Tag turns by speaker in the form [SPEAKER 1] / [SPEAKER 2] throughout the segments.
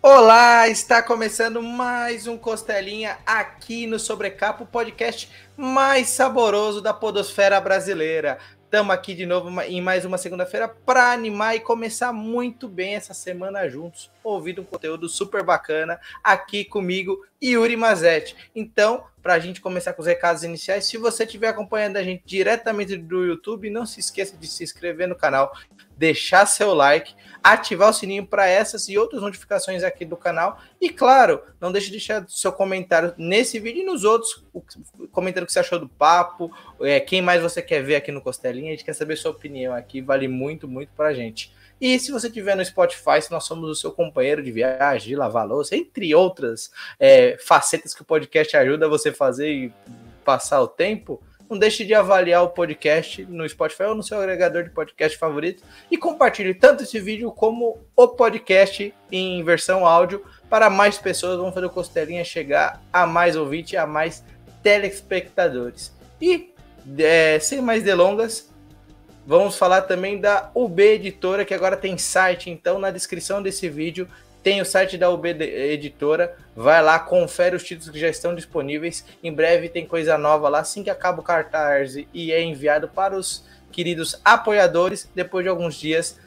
[SPEAKER 1] Olá, está começando mais um Costelinha aqui no Sobrecapa, o podcast mais saboroso da podosfera brasileira. Estamos aqui de novo em mais uma segunda-feira para animar e começar muito bem essa semana juntos, ouvindo um conteúdo super bacana aqui comigo, Yuri Mazetti. Então, para a gente começar com os recados iniciais, se você estiver acompanhando a gente diretamente do YouTube, não se esqueça de se inscrever no canal, deixar seu like, ativar o sininho para essas e outras notificações aqui do canal. E claro, não deixe de deixar seu comentário nesse vídeo e nos outros, comentando o que você achou do papo, quem mais você quer ver aqui no Costelinha. A gente quer saber sua opinião aqui, vale muito, muito pra gente. E se você estiver no Spotify, se nós somos o seu companheiro de viagem, de lavar louça, entre outras facetas que o podcast ajuda você a fazer e passar o tempo, não deixe de avaliar o podcast no Spotify ou no seu agregador de podcast favorito e compartilhe tanto esse vídeo como o podcast em versão áudio para mais pessoas. Vamos fazer o Costelinha chegar a mais ouvintes, a mais telespectadores. E, sem mais delongas, vamos falar também da UB Editora, que agora tem site. Então, na descrição desse vídeo tem o site da UB Editora, vai lá, confere os títulos que já estão disponíveis, em breve tem coisa nova lá, assim que acaba o Catarse e é enviado para os queridos apoiadores, depois de alguns dias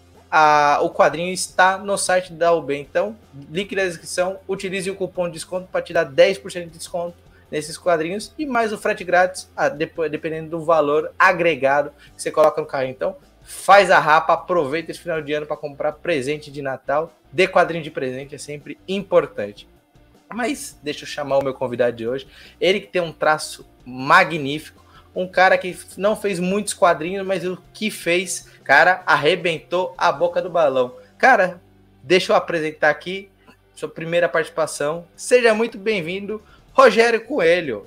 [SPEAKER 1] o quadrinho está no site da UB, então, link na descrição, utilize o cupom de desconto para te dar 10% de desconto nesses quadrinhos e mais o frete grátis, dependendo do valor agregado que você coloca no carrinho. Então, faz a rapa, aproveita esse final de ano para comprar presente de Natal. Dê quadrinho de presente, é sempre importante. Mas deixa eu chamar o meu convidado de hoje. Ele que tem um traço magnífico. Um cara que não fez muitos quadrinhos, mas o que fez, cara, arrebentou a boca do balão. Cara, deixa eu apresentar aqui sua primeira participação. Seja muito bem-vindo, Rogério Coelho.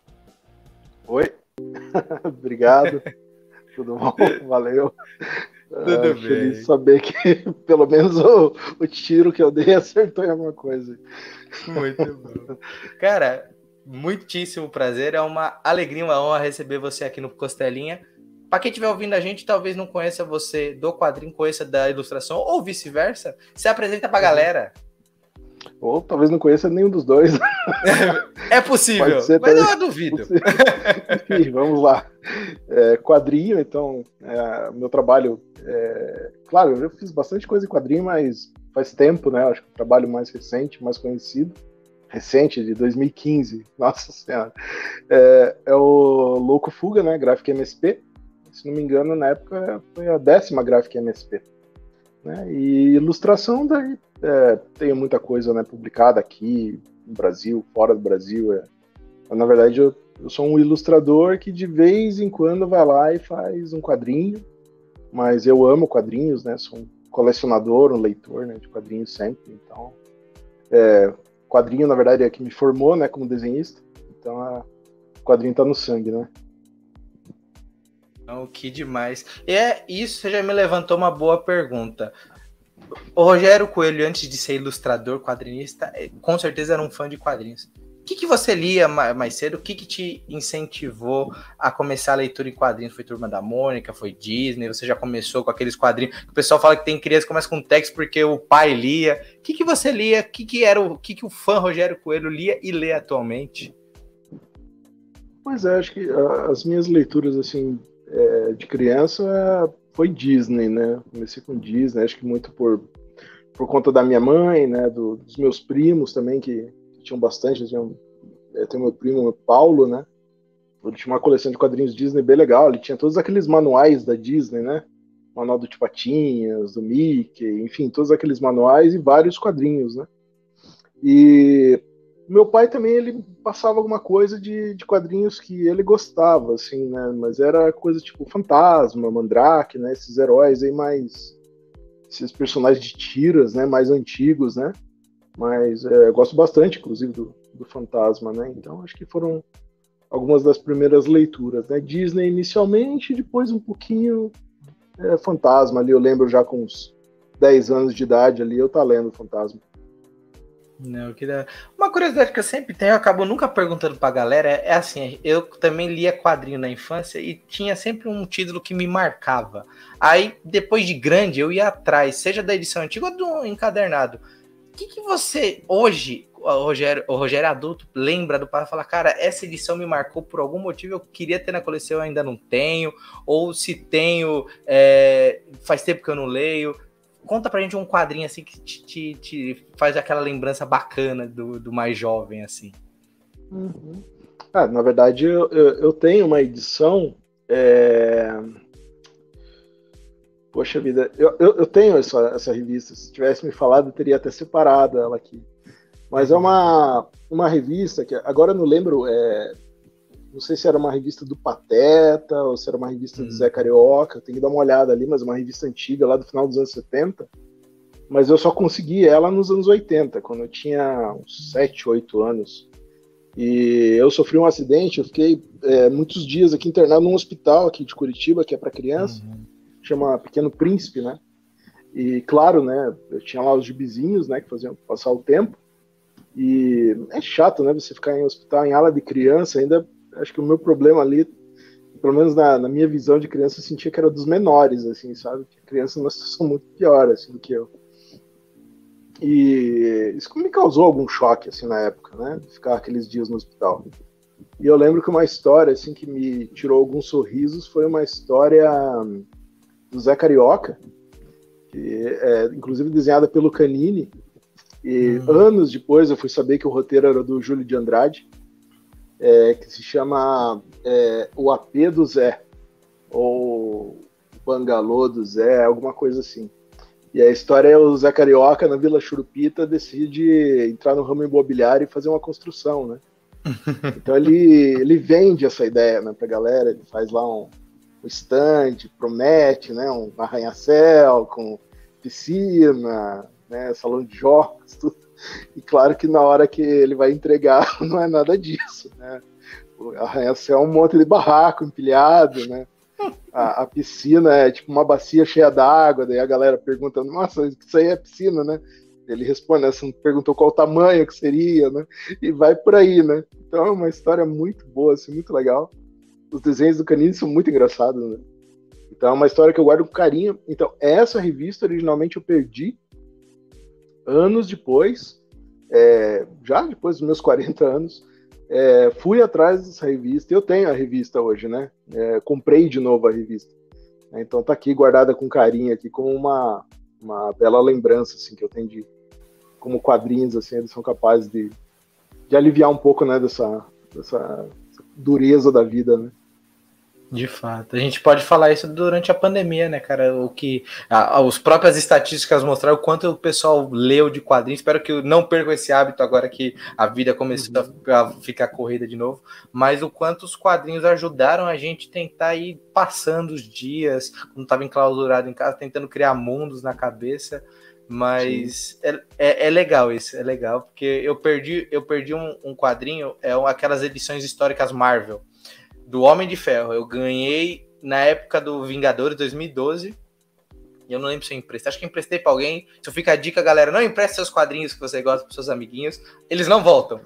[SPEAKER 2] Oi, obrigado. Tudo bom? Valeu.
[SPEAKER 1] Tudo bem.
[SPEAKER 2] Feliz de saber que pelo menos o tiro que eu dei acertou em alguma coisa.
[SPEAKER 1] Muito bom. Cara, muitíssimo prazer. É uma alegria, uma honra receber você aqui no Costelinha. Para quem estiver ouvindo a gente, talvez não conheça você do quadrinho, conheça da ilustração ou vice-versa. Se apresenta para a galera.
[SPEAKER 2] Ou talvez não conheça nenhum dos dois.
[SPEAKER 1] É possível, mas eu duvido.
[SPEAKER 2] Enfim, vamos lá. Quadrinho, então, meu trabalho... Claro, eu fiz bastante coisa em quadrinho, mas faz tempo, né? Acho que o trabalho mais recente, mais conhecido, recente, de 2015, nossa senhora, é o Louco Fuga, né? Graphic MSP. Se não me engano, na época foi a 10ª Graphic MSP. Né? E ilustração, daí tenho muita coisa, né, publicada aqui no Brasil, fora do Brasil. Mas, na verdade, eu sou um ilustrador que de vez em quando vai lá e faz um quadrinho, mas eu amo quadrinhos, né? Sou um colecionador, um leitor, né, de quadrinhos sempre. Então, quadrinho, na verdade, é que me formou, né, como desenhista. Então, o quadrinho tá no sangue, né?
[SPEAKER 1] Oh, que demais. Isso você já me levantou uma boa pergunta. O Rogério Coelho, antes de ser ilustrador, quadrinista, com certeza era um fã de quadrinhos. O que você lia mais cedo? O que te incentivou a começar a leitura em quadrinhos? Foi Turma da Mônica? Foi Disney? Você já começou com aqueles quadrinhos? O pessoal fala que tem criança que começa com texto porque o pai lia. O que você lia? O que o fã Rogério Coelho lia e lê atualmente?
[SPEAKER 2] Pois acho que as minhas leituras, assim, de criança foi Disney, né? Comecei com Disney, acho que muito por conta da minha mãe, né? Dos meus primos também, que tinham bastante. Tem meu primo, o Paulo, né? Ele tinha uma coleção de quadrinhos Disney bem legal. Ele tinha todos aqueles manuais da Disney, né? Manual do Tio Patinhas, do Mickey, enfim, todos aqueles manuais e vários quadrinhos, né? E meu pai também, ele passava alguma coisa de quadrinhos que ele gostava, assim, né? Mas era coisa tipo Fantasma, Mandrake, né? Esses heróis aí mais... Esses personagens de tiras, né? Mais antigos, né? Mas eu gosto bastante, inclusive, do Fantasma, né? Então, acho que foram algumas das primeiras leituras, né? Disney inicialmente, depois um pouquinho Fantasma ali. Eu lembro já com uns 10 anos de idade ali, eu tá lendo Fantasma.
[SPEAKER 1] Não, uma curiosidade que eu sempre tenho, eu acabo nunca perguntando pra galera, é assim, eu também lia quadrinho na infância e tinha sempre um título que me marcava. Aí, depois de grande, eu ia atrás, seja da edição antiga ou do encadernado. que você, hoje, o Rogério adulto, lembra do passado e fala, cara, essa edição me marcou por algum motivo, eu queria ter na coleção, eu ainda não tenho, ou se tenho, faz tempo que eu não leio. Conta pra gente um quadrinho assim que te faz aquela lembrança bacana do mais jovem, assim.
[SPEAKER 2] Uhum. Na verdade, eu tenho uma edição. Poxa vida, eu tenho essa revista. Se tivesse me falado, eu teria até separado ela aqui. Mas é uma revista que agora eu não lembro. Não sei se era uma revista do Pateta ou se era uma revista do Zé Carioca. Tem que dar uma olhada ali, mas uma revista antiga, lá do final dos anos 70. Mas eu só consegui ela nos anos 80, quando eu tinha uns 7, 8 anos. E eu sofri um acidente, eu fiquei muitos dias aqui internado num hospital aqui de Curitiba, que é para criança, chama Pequeno Príncipe, né? E claro, né, eu tinha lá os gibizinhos, né, que faziam passar o tempo. E é chato, né, você ficar em hospital, em ala de criança, ainda acho que o meu problema ali, pelo menos na minha visão de criança, eu sentia que era dos menores, assim, sabe? Que criança numa situação muito pior, assim, do que eu. E isso me causou algum choque, assim, na época, né? De ficar aqueles dias no hospital. E eu lembro que uma história, assim, que me tirou alguns sorrisos foi uma história do Zé Carioca, que é, inclusive, desenhada pelo Canini. E anos depois eu fui saber que o roteiro era do Júlio de Andrade, que se chama O AP do Zé, ou Bangalô do Zé, alguma coisa assim. E a história é o Zé Carioca, na Vila Churupita, decide entrar no ramo imobiliário e fazer uma construção, né? Então ele vende essa ideia, né, pra galera, ele faz lá um stand, promete, né, um arranha-céu com piscina, né, salão de jogos, tudo. E claro que na hora que ele vai entregar não é nada disso, né? O arranha-céu é um monte de barraco empilhado, né? A piscina é tipo uma bacia cheia d'água, daí a galera pergunta, nossa, isso aí é piscina, né? Ele responde, né, você perguntou qual o tamanho que seria, né? E vai por aí, né? Então é uma história muito boa, assim, muito legal. Os desenhos do Canini são muito engraçados, né? Então é uma história que eu guardo com carinho. Então essa revista originalmente eu perdi anos depois, já depois dos meus 40 anos, fui atrás dessa revista. Eu tenho a revista hoje, né? Comprei de novo a revista. Então tá aqui guardada com carinho, aqui como uma bela lembrança, assim, que eu tenho de como quadrinhos, assim, eles são capazes de aliviar um pouco, né, dessa dureza da vida, né?
[SPEAKER 1] De fato. A gente pode falar isso durante a pandemia, né, cara? O que as próprias estatísticas mostraram o quanto o pessoal leu de quadrinhos. Espero que eu não perca esse hábito agora que a vida começou a ficar corrida de novo. Mas o quanto os quadrinhos ajudaram a gente tentar ir passando os dias, quando estava enclausurado em casa, tentando criar mundos na cabeça. Mas é legal isso, é legal, porque eu perdi um quadrinho, aquelas edições históricas Marvel, do Homem de Ferro. Eu ganhei na época do Vingadores 2012. E eu não lembro se eu emprestei. Acho que emprestei pra alguém. Então fica a dica, galera. Não empreste seus quadrinhos que você gosta pros seus amiguinhos. Eles não voltam.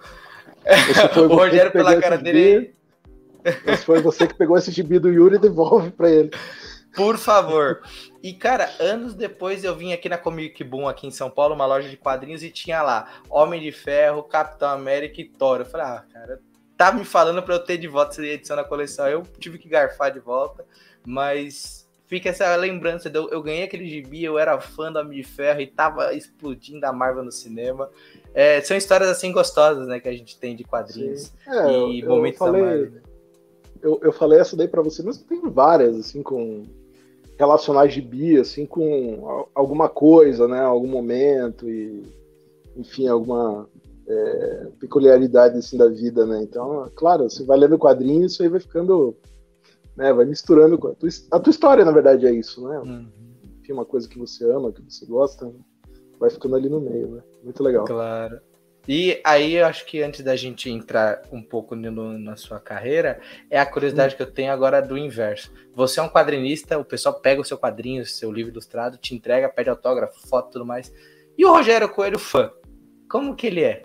[SPEAKER 2] O Rogério, pela cara dele. Esse foi você que pegou esse gibi do Yuri e devolve pra ele.
[SPEAKER 1] Por favor. E, cara, anos depois eu vim aqui na Comic Boom, aqui em São Paulo, uma loja de quadrinhos, e tinha lá Homem de Ferro, Capitão América e Thor. Eu falei, cara, tá me falando para eu ter de volta essa edição na coleção. Eu tive que garfar de volta, mas fica essa lembrança. Eu ganhei aquele gibi, eu era fã do Homem de Ferro e tava explodindo a Marvel no cinema. São histórias assim gostosas, né, que a gente tem de quadrinhos. E momentos da Marvel.
[SPEAKER 2] Eu falei essa daí para você, mas tem várias, assim, com relacionar gibi, assim, com alguma coisa, né, algum momento e, enfim, alguma peculiaridade assim da vida, né? Então, claro, você vai lendo quadrinhos, isso aí vai ficando, né? Vai misturando com a tua história, na verdade, é isso, né? Enfim, uma coisa que você ama, que você gosta, vai ficando ali no meio, né? Muito legal.
[SPEAKER 1] Claro. E aí, eu acho que antes da gente entrar um pouco na sua carreira, é a curiosidade que eu tenho agora do inverso. Você é um quadrinista, o pessoal pega o seu quadrinho, seu livro ilustrado, te entrega, pede autógrafo, foto e tudo mais. E o Rogério Coelho, fã? Como que ele é?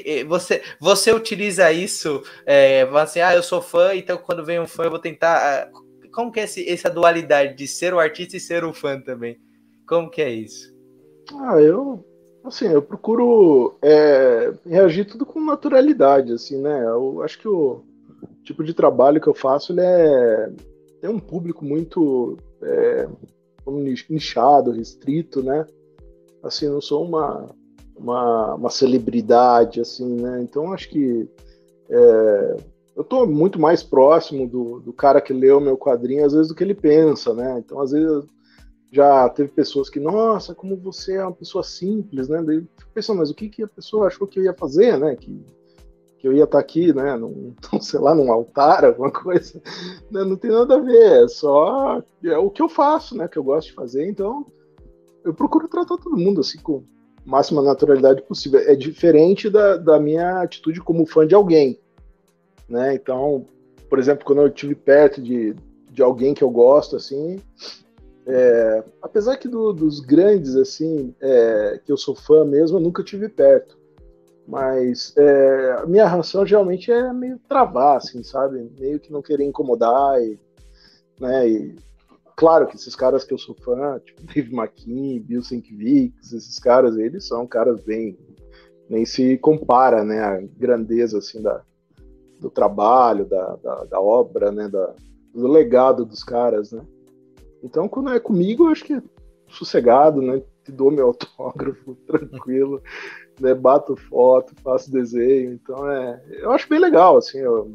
[SPEAKER 1] Você utiliza isso, assim, eu sou fã, então quando vem um fã eu vou tentar... como que é essa dualidade de ser o artista e ser o fã também? Como que é isso?
[SPEAKER 2] Eu Assim, eu procuro reagir tudo com naturalidade, assim, né? Eu acho que o tipo de trabalho que eu faço, tem um público muito nichado, restrito, né? Assim, eu não sou uma celebridade, assim, né? Então, acho que eu estou muito mais próximo do cara que leu meu quadrinho, às vezes, do que ele pensa, né? Então, às vezes, já teve pessoas que, nossa, como você é uma pessoa simples, né? Daí eu fico pensando, mas o que a pessoa achou que eu ia fazer, né? Que eu ia estar aqui, né? Num, sei lá, num altar, alguma coisa. Não tem nada a ver, é o que eu faço, né? Que eu gosto de fazer, então eu procuro tratar todo mundo assim com a máxima naturalidade possível. É diferente da minha atitude como fã de alguém, né? Então, por exemplo, quando eu estive perto de alguém que eu gosto, assim, apesar que dos grandes, assim, que eu sou fã mesmo, eu nunca tive perto. Mas a minha reação geralmente é meio travar, assim, sabe? Meio que não querer incomodar, né? E claro que esses caras que eu sou fã, tipo Dave McKean, Bill Sienkiewicz, esses caras, eles são caras bem... Nem se compara, né? A grandeza, assim, do trabalho, da obra, né? Do legado dos caras, né? Então, quando é comigo, eu acho que é sossegado, né? Te dou meu autógrafo, tranquilo, né? Bato foto, faço desenho. Então, eu acho bem legal, assim.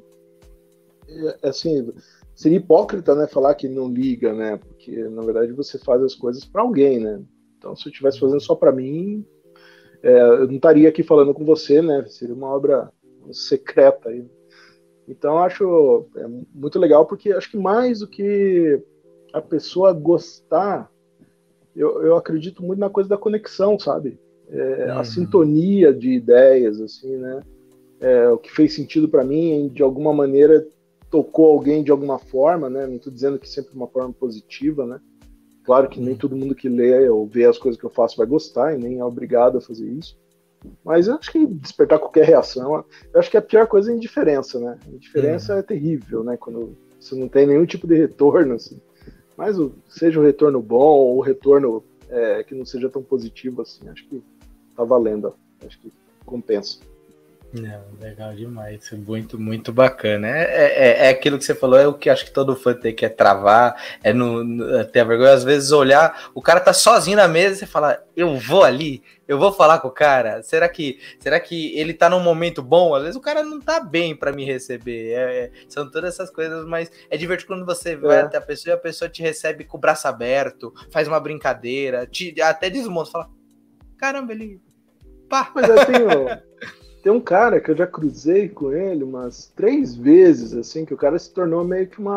[SPEAKER 2] Assim, seria hipócrita, né? Falar que não liga, né? Porque, na verdade, você faz as coisas para alguém, né? Então, se eu estivesse fazendo só para mim, eu não estaria aqui falando com você, né? Seria uma obra secreta aí. Então, acho muito legal, porque acho que mais do que a pessoa gostar, eu acredito muito na coisa da conexão, sabe? A sintonia de ideias, assim, né? O que fez sentido para mim, de alguma maneira, tocou alguém de alguma forma, né? Não estou dizendo que sempre de uma forma positiva, né? Claro que nem todo mundo que lê ou vê as coisas que eu faço vai gostar, e nem é obrigado a fazer isso. Mas eu acho que despertar qualquer reação, eu acho que a pior coisa é a indiferença, né? A indiferença é terrível, né? Quando você não tem nenhum tipo de retorno, assim. Mas seja o retorno bom ou o retorno que não seja tão positivo, assim, acho que tá valendo. Acho que compensa.
[SPEAKER 1] Não, legal demais, muito, muito bacana. É aquilo que você falou, é o que acho que todo fã tem que travar, ter a vergonha, às vezes olhar, o cara tá sozinho na mesa e você fala, eu vou ali, eu vou falar com o cara, será que ele tá num momento bom? Às vezes o cara não tá bem para me receber, são todas essas coisas, mas é divertido quando você vai até a pessoa e a pessoa te recebe com o braço aberto, faz uma brincadeira, até desmonta, fala, caramba, ele... Pá.
[SPEAKER 2] Mas tem um cara que eu já cruzei com ele umas 3 vezes, assim, que o cara se tornou meio que um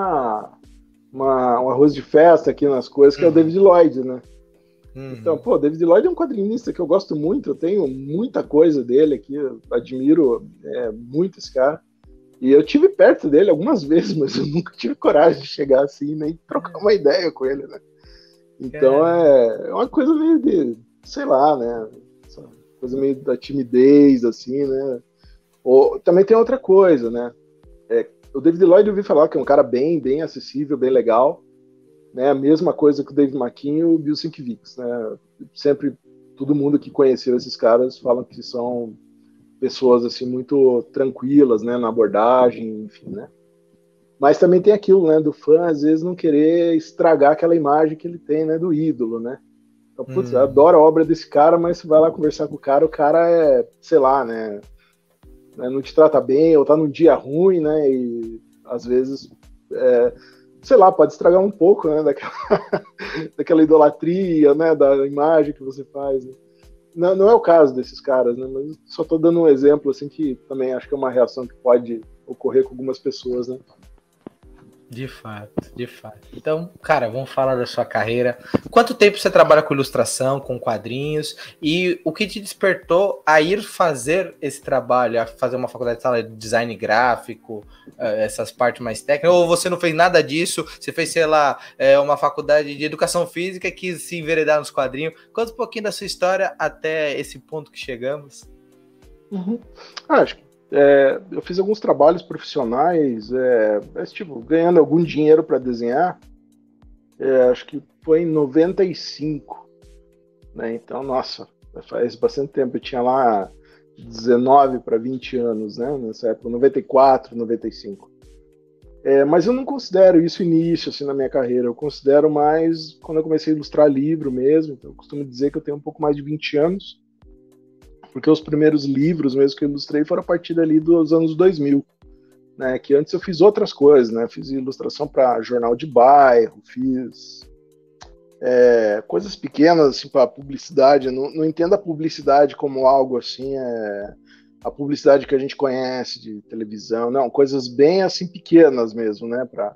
[SPEAKER 2] arroz de festa aqui nas coisas, que é o David Lloyd, né? Então, pô, David Lloyd é um quadrinista que eu gosto muito, eu tenho muita coisa dele aqui, eu admiro muito esse cara. E eu tive perto dele algumas vezes, mas eu nunca tive coragem de chegar assim, nem trocar uma ideia com ele, né? Então é uma coisa meio de, sei lá, né? Coisa meio da timidez, assim, né? Também tem outra coisa, né? O David Lloyd eu ouvi falar que é um cara bem, bem acessível, bem legal, né? A mesma coisa que o Dave McKean e o Bill Sienkiewicz, né? Sempre todo mundo que conheceu esses caras falam que são pessoas assim muito tranquilas, né? Na abordagem, enfim, né? Mas também tem aquilo, né? Do fã às vezes não querer estragar aquela imagem que ele tem, né? Do ídolo, né? Então, putz, eu adoro a obra desse cara, mas você vai lá conversar com o cara sei lá, né? Não te trata bem, ou tá num dia ruim, né? E às vezes, sei lá, pode estragar um pouco, né? Daquela idolatria, né? Da imagem que você faz. Né? Não é o caso desses caras, né? Mas só tô dando um exemplo, assim, que também acho que é uma reação que pode ocorrer com algumas pessoas, né?
[SPEAKER 1] De fato, de fato. Então, cara, vamos falar da sua carreira. Quanto tempo você trabalha com ilustração, com quadrinhos? E o que te despertou a ir fazer esse trabalho, a fazer uma faculdade de design gráfico, essas partes mais técnicas? Ou você não fez nada disso? Você fez, sei lá, uma faculdade de educação física e quis se enveredar nos quadrinhos? Conta um pouquinho da sua história até esse ponto que chegamos.
[SPEAKER 2] Acho que eu fiz alguns trabalhos profissionais, tipo, ganhando algum dinheiro para desenhar, acho que foi em 95, né? Então, nossa, Faz bastante tempo, eu tinha lá 19 para 20 anos, né? Nessa época, 94, 95. Mas eu não considero isso início assim, na minha carreira, eu considero mais quando eu comecei a ilustrar livro mesmo, então eu costumo dizer que eu tenho um pouco mais de 20 anos, porque os primeiros livros mesmo que eu ilustrei foram a partir dali dos anos 2000, né? Que antes eu fiz outras coisas, né? Fiz ilustração para jornal de bairro, fiz coisas pequenas assim, para publicidade. Eu não entendo a publicidade como algo assim, a publicidade que a gente conhece de televisão, não, coisas bem assim pequenas mesmo, né? Para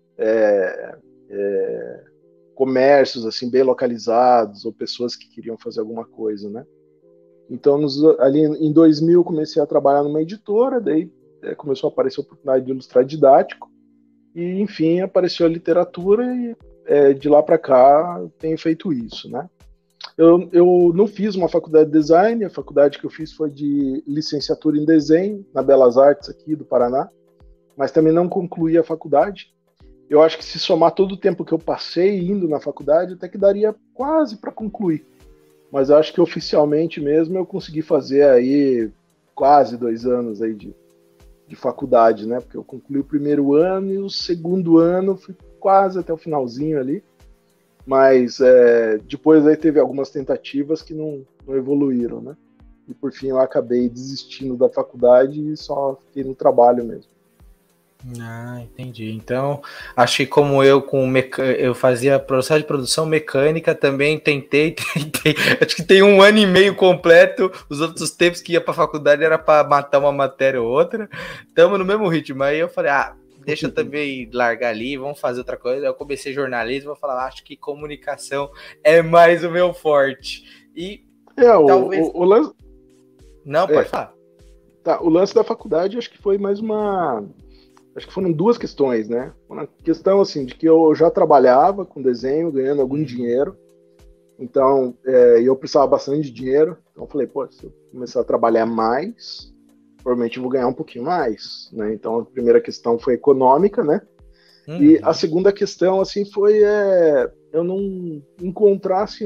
[SPEAKER 2] comércios assim bem localizados ou pessoas que queriam fazer alguma coisa, né? Então, ali em 2000, comecei a trabalhar numa editora, daí começou a aparecer a oportunidade de ilustrar didático, e, enfim, apareceu a literatura, e de lá para cá tenho feito isso, né? Eu não fiz uma faculdade de design, a faculdade que eu fiz foi de licenciatura em desenho, na Belas Artes aqui do Paraná, mas também não concluí a faculdade. Eu acho que se somar todo o tempo que eu passei indo na faculdade, até que daria quase para concluir. Mas eu acho que oficialmente mesmo eu consegui fazer aí quase 2 anos aí de faculdade, né? Porque eu concluí o primeiro ano e o segundo ano fui quase até o finalzinho ali. Mas depois aí teve algumas tentativas que não evoluíram, né? E por fim eu acabei desistindo da faculdade e só fiquei no trabalho mesmo.
[SPEAKER 1] Ah, entendi. Então, acho que como eu eu fazia processo de produção mecânica, também tentei. Acho que tem 1 ano e meio completo. Os outros tempos que ia para a faculdade era para matar uma matéria ou outra. Estamos no mesmo ritmo. Aí eu falei, deixa eu também largar ali, vamos fazer outra coisa. Eu comecei jornalismo, eu falei, acho que comunicação é mais o meu forte. E talvez...
[SPEAKER 2] o lance...
[SPEAKER 1] Não, pode falar.
[SPEAKER 2] Tá, o lance da faculdade acho que foi mais uma... Acho que foram 2 questões, né? Uma questão, assim, de que eu já trabalhava com desenho, ganhando algum dinheiro. Então, eu precisava bastante de dinheiro. Então, eu falei, pô, se eu começar a trabalhar mais, provavelmente eu vou ganhar um pouquinho mais, né? Então, a primeira questão foi econômica, né? E a segunda questão, assim, foi eu não encontrasse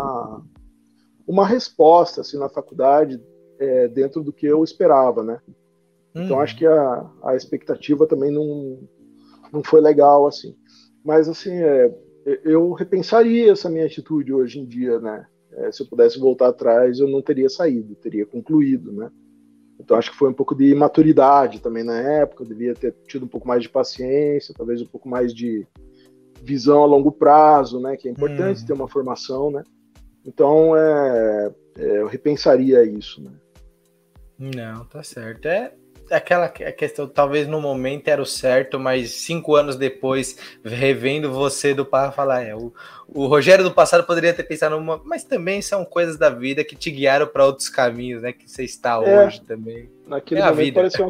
[SPEAKER 2] uma resposta, assim, na faculdade dentro do que eu esperava, né? Então, acho que a expectativa também não foi legal, assim. Mas, assim, eu repensaria essa minha atitude hoje em dia, né? Se eu pudesse voltar atrás, eu não teria saído, teria concluído, né? Então, acho que foi um pouco de imaturidade também na época, eu devia ter tido um pouco mais de paciência, talvez um pouco mais de visão a longo prazo, né? Que é importante ter uma formação, né? Então, eu repensaria isso, né?
[SPEAKER 1] Não, tá certo. Aquela questão, talvez no momento era o certo, mas 5 anos depois, revendo você do passado, falar, o Rogério do passado poderia ter pensado numa, mas também são coisas da vida que te guiaram para outros caminhos, né? Que você está hoje também.
[SPEAKER 2] Naquele momento parecia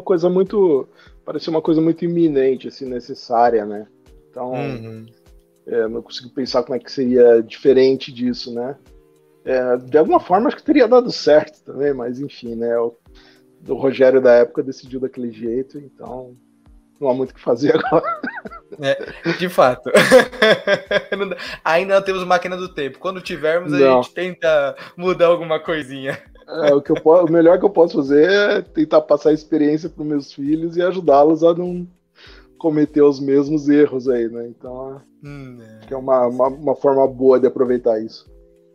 [SPEAKER 2] uma coisa muito iminente, assim, necessária, né? Então, não consigo pensar como é que seria diferente disso, né? De alguma forma acho que teria dado certo também, mas enfim, né? O Rogério da época decidiu daquele jeito, então não há muito o que fazer agora.
[SPEAKER 1] De fato. Ainda não temos máquina do tempo. Quando tivermos, a gente tenta mudar alguma coisinha.
[SPEAKER 2] O melhor que eu posso fazer é tentar passar a experiência para os meus filhos e ajudá-los a não cometer os mesmos erros aí, né? Então, acho que é uma forma boa de aproveitar isso.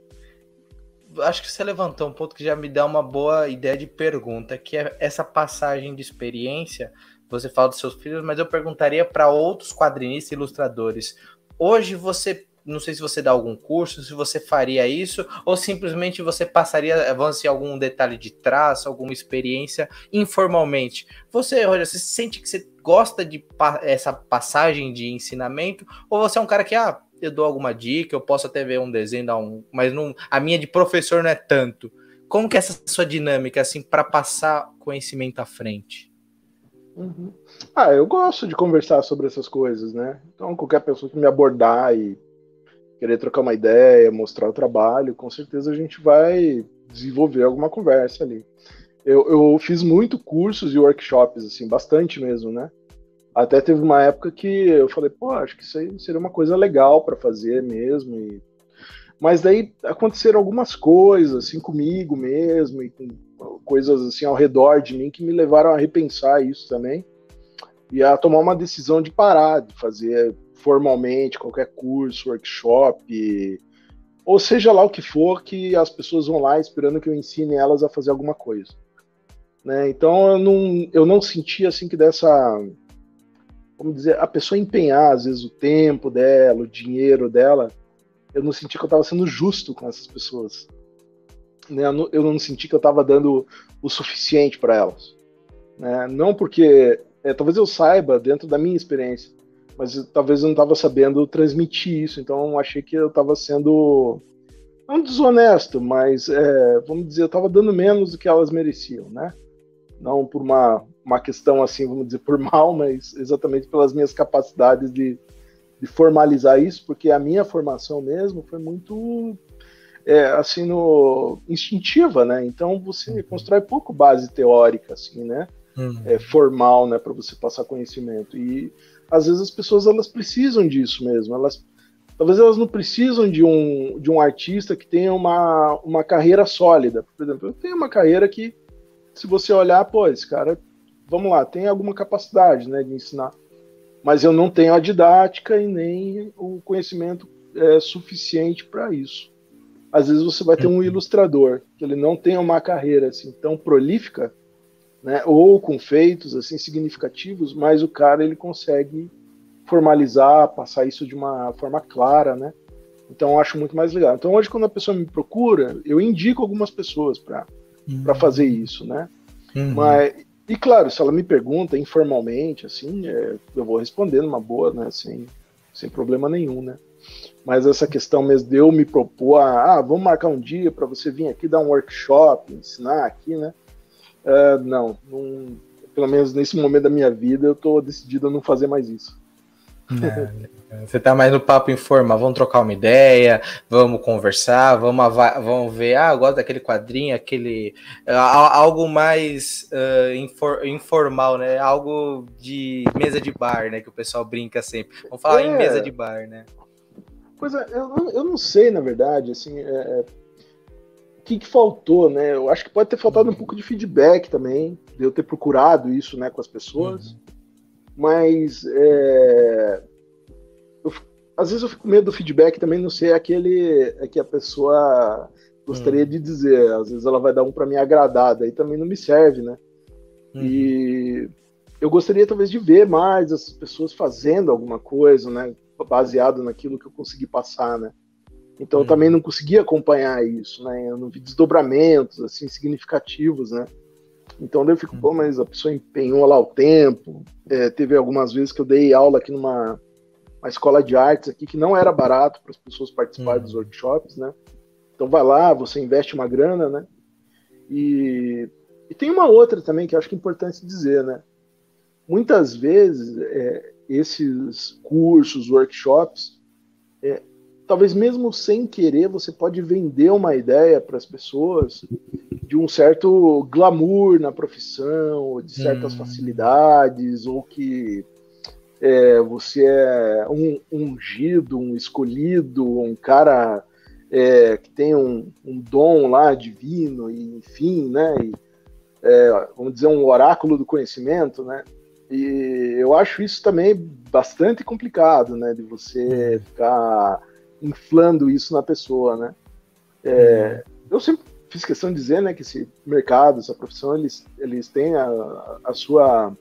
[SPEAKER 1] Acho que você levantou um ponto que já me dá uma boa ideia de pergunta, que é essa passagem de experiência. Você fala dos seus filhos, mas eu perguntaria para outros quadrinistas e ilustradores. Hoje não sei se você dá algum curso, se você faria isso, ou simplesmente você passaria, vamos dizer, algum detalhe de traço, alguma experiência informalmente. Rogério, você sente que você gosta de essa passagem de ensinamento, ou você é um cara que, eu dou alguma dica, eu posso até ver um desenho, mas a minha de professor não é tanto. Como que é essa sua dinâmica, assim, para passar conhecimento à frente?
[SPEAKER 2] Eu gosto de conversar sobre essas coisas, né? Então, qualquer pessoa que me abordar e querer trocar uma ideia, mostrar o trabalho, com certeza a gente vai desenvolver alguma conversa ali. Eu fiz muito cursos e workshops, assim, bastante mesmo, né? Até teve uma época que eu falei, acho que isso aí seria uma coisa legal para fazer mesmo. Mas daí aconteceram algumas coisas, assim, comigo mesmo, e com coisas assim ao redor de mim que me levaram a repensar isso também e a tomar uma decisão de parar de fazer formalmente qualquer curso, workshop, ou seja lá o que for, que as pessoas vão lá esperando que eu ensine elas a fazer alguma coisa, né? Então eu não senti assim que dessa, vamos dizer, a pessoa empenhar às vezes o tempo dela, o dinheiro dela, eu não senti que eu estava sendo justo com essas pessoas, né? Eu não senti que eu estava dando o suficiente para elas, né? Não porque talvez eu saiba dentro da minha experiência, mas talvez eu não estava sabendo transmitir isso, então eu achei que eu estava sendo não desonesto, mas vamos dizer, eu estava dando menos do que elas mereciam, né? Não por uma questão assim, vamos dizer, por mal, mas exatamente pelas minhas capacidades de formalizar isso, porque a minha formação mesmo foi muito assim, instintiva, né? Então você constrói pouco base teórica, assim, né? Formal, né? Para você passar conhecimento. E às vezes as pessoas elas precisam disso mesmo. Talvez elas não precisam de um artista que tenha uma carreira sólida. Por exemplo, eu tenho uma carreira que, se você olhar, pô, esse cara, vamos lá, tem alguma capacidade, né, de ensinar. Mas eu não tenho a didática e nem o conhecimento suficiente para isso. Às vezes você vai ter um ilustrador que ele não tem uma carreira assim tão prolífica, né, ou com feitos assim significativos, mas o cara ele consegue formalizar, passar isso de uma forma clara, né? Então eu acho muito mais legal. Então hoje quando a pessoa me procura, eu indico algumas pessoas para fazer isso, né? Mas e claro, se ela me pergunta informalmente, assim, eu vou responder numa boa, né? Sem problema nenhum, né? Mas essa questão mesmo de eu me propor, vamos marcar um dia para você vir aqui dar um workshop, ensinar aqui, né? Não, pelo menos nesse momento da minha vida, eu estou decidido a não fazer mais isso.
[SPEAKER 1] Você tá mais no papo informal, vamos trocar uma ideia, vamos conversar, vamos ver, eu gosto daquele quadrinho, algo mais informal, né? Algo de mesa de bar, né? Que o pessoal brinca sempre. Vamos falar em mesa de bar, né?
[SPEAKER 2] Pois é, eu não sei, na verdade, assim, o que faltou, né? Eu acho que pode ter faltado um pouco de feedback também, de eu ter procurado isso, né, com as pessoas. Mas às vezes eu fico com medo do feedback também não ser aquele que a pessoa gostaria de dizer. Às vezes ela vai dar um para me agradar, daí também não me serve, né? E eu gostaria talvez de ver mais as pessoas fazendo alguma coisa, né? Baseado naquilo que eu consegui passar, né? Então eu também não consegui acompanhar isso, né? Eu não vi desdobramentos assim significativos, né? Então daí eu fico, pô, mas a pessoa empenhou lá o tempo. Teve algumas vezes que eu dei aula aqui numa escola de artes aqui que não era barato para as pessoas participarem dos workshops, né? Então vai lá, você investe uma grana, né? E tem uma outra também que eu acho que é importante dizer, né? Muitas vezes esses cursos, workshops, talvez mesmo sem querer, você pode vender uma ideia para as pessoas de um certo glamour na profissão, ou de certas facilidades, ou que você é um ungido, um escolhido, um cara que tem um dom lá divino, e, enfim, né? Vamos dizer, um oráculo do conhecimento, né? E eu acho isso também bastante complicado, né? De você ficar inflando isso na pessoa, né? Eu sempre fiz questão de dizer, né, que esse mercado, essa profissão, eles têm a sua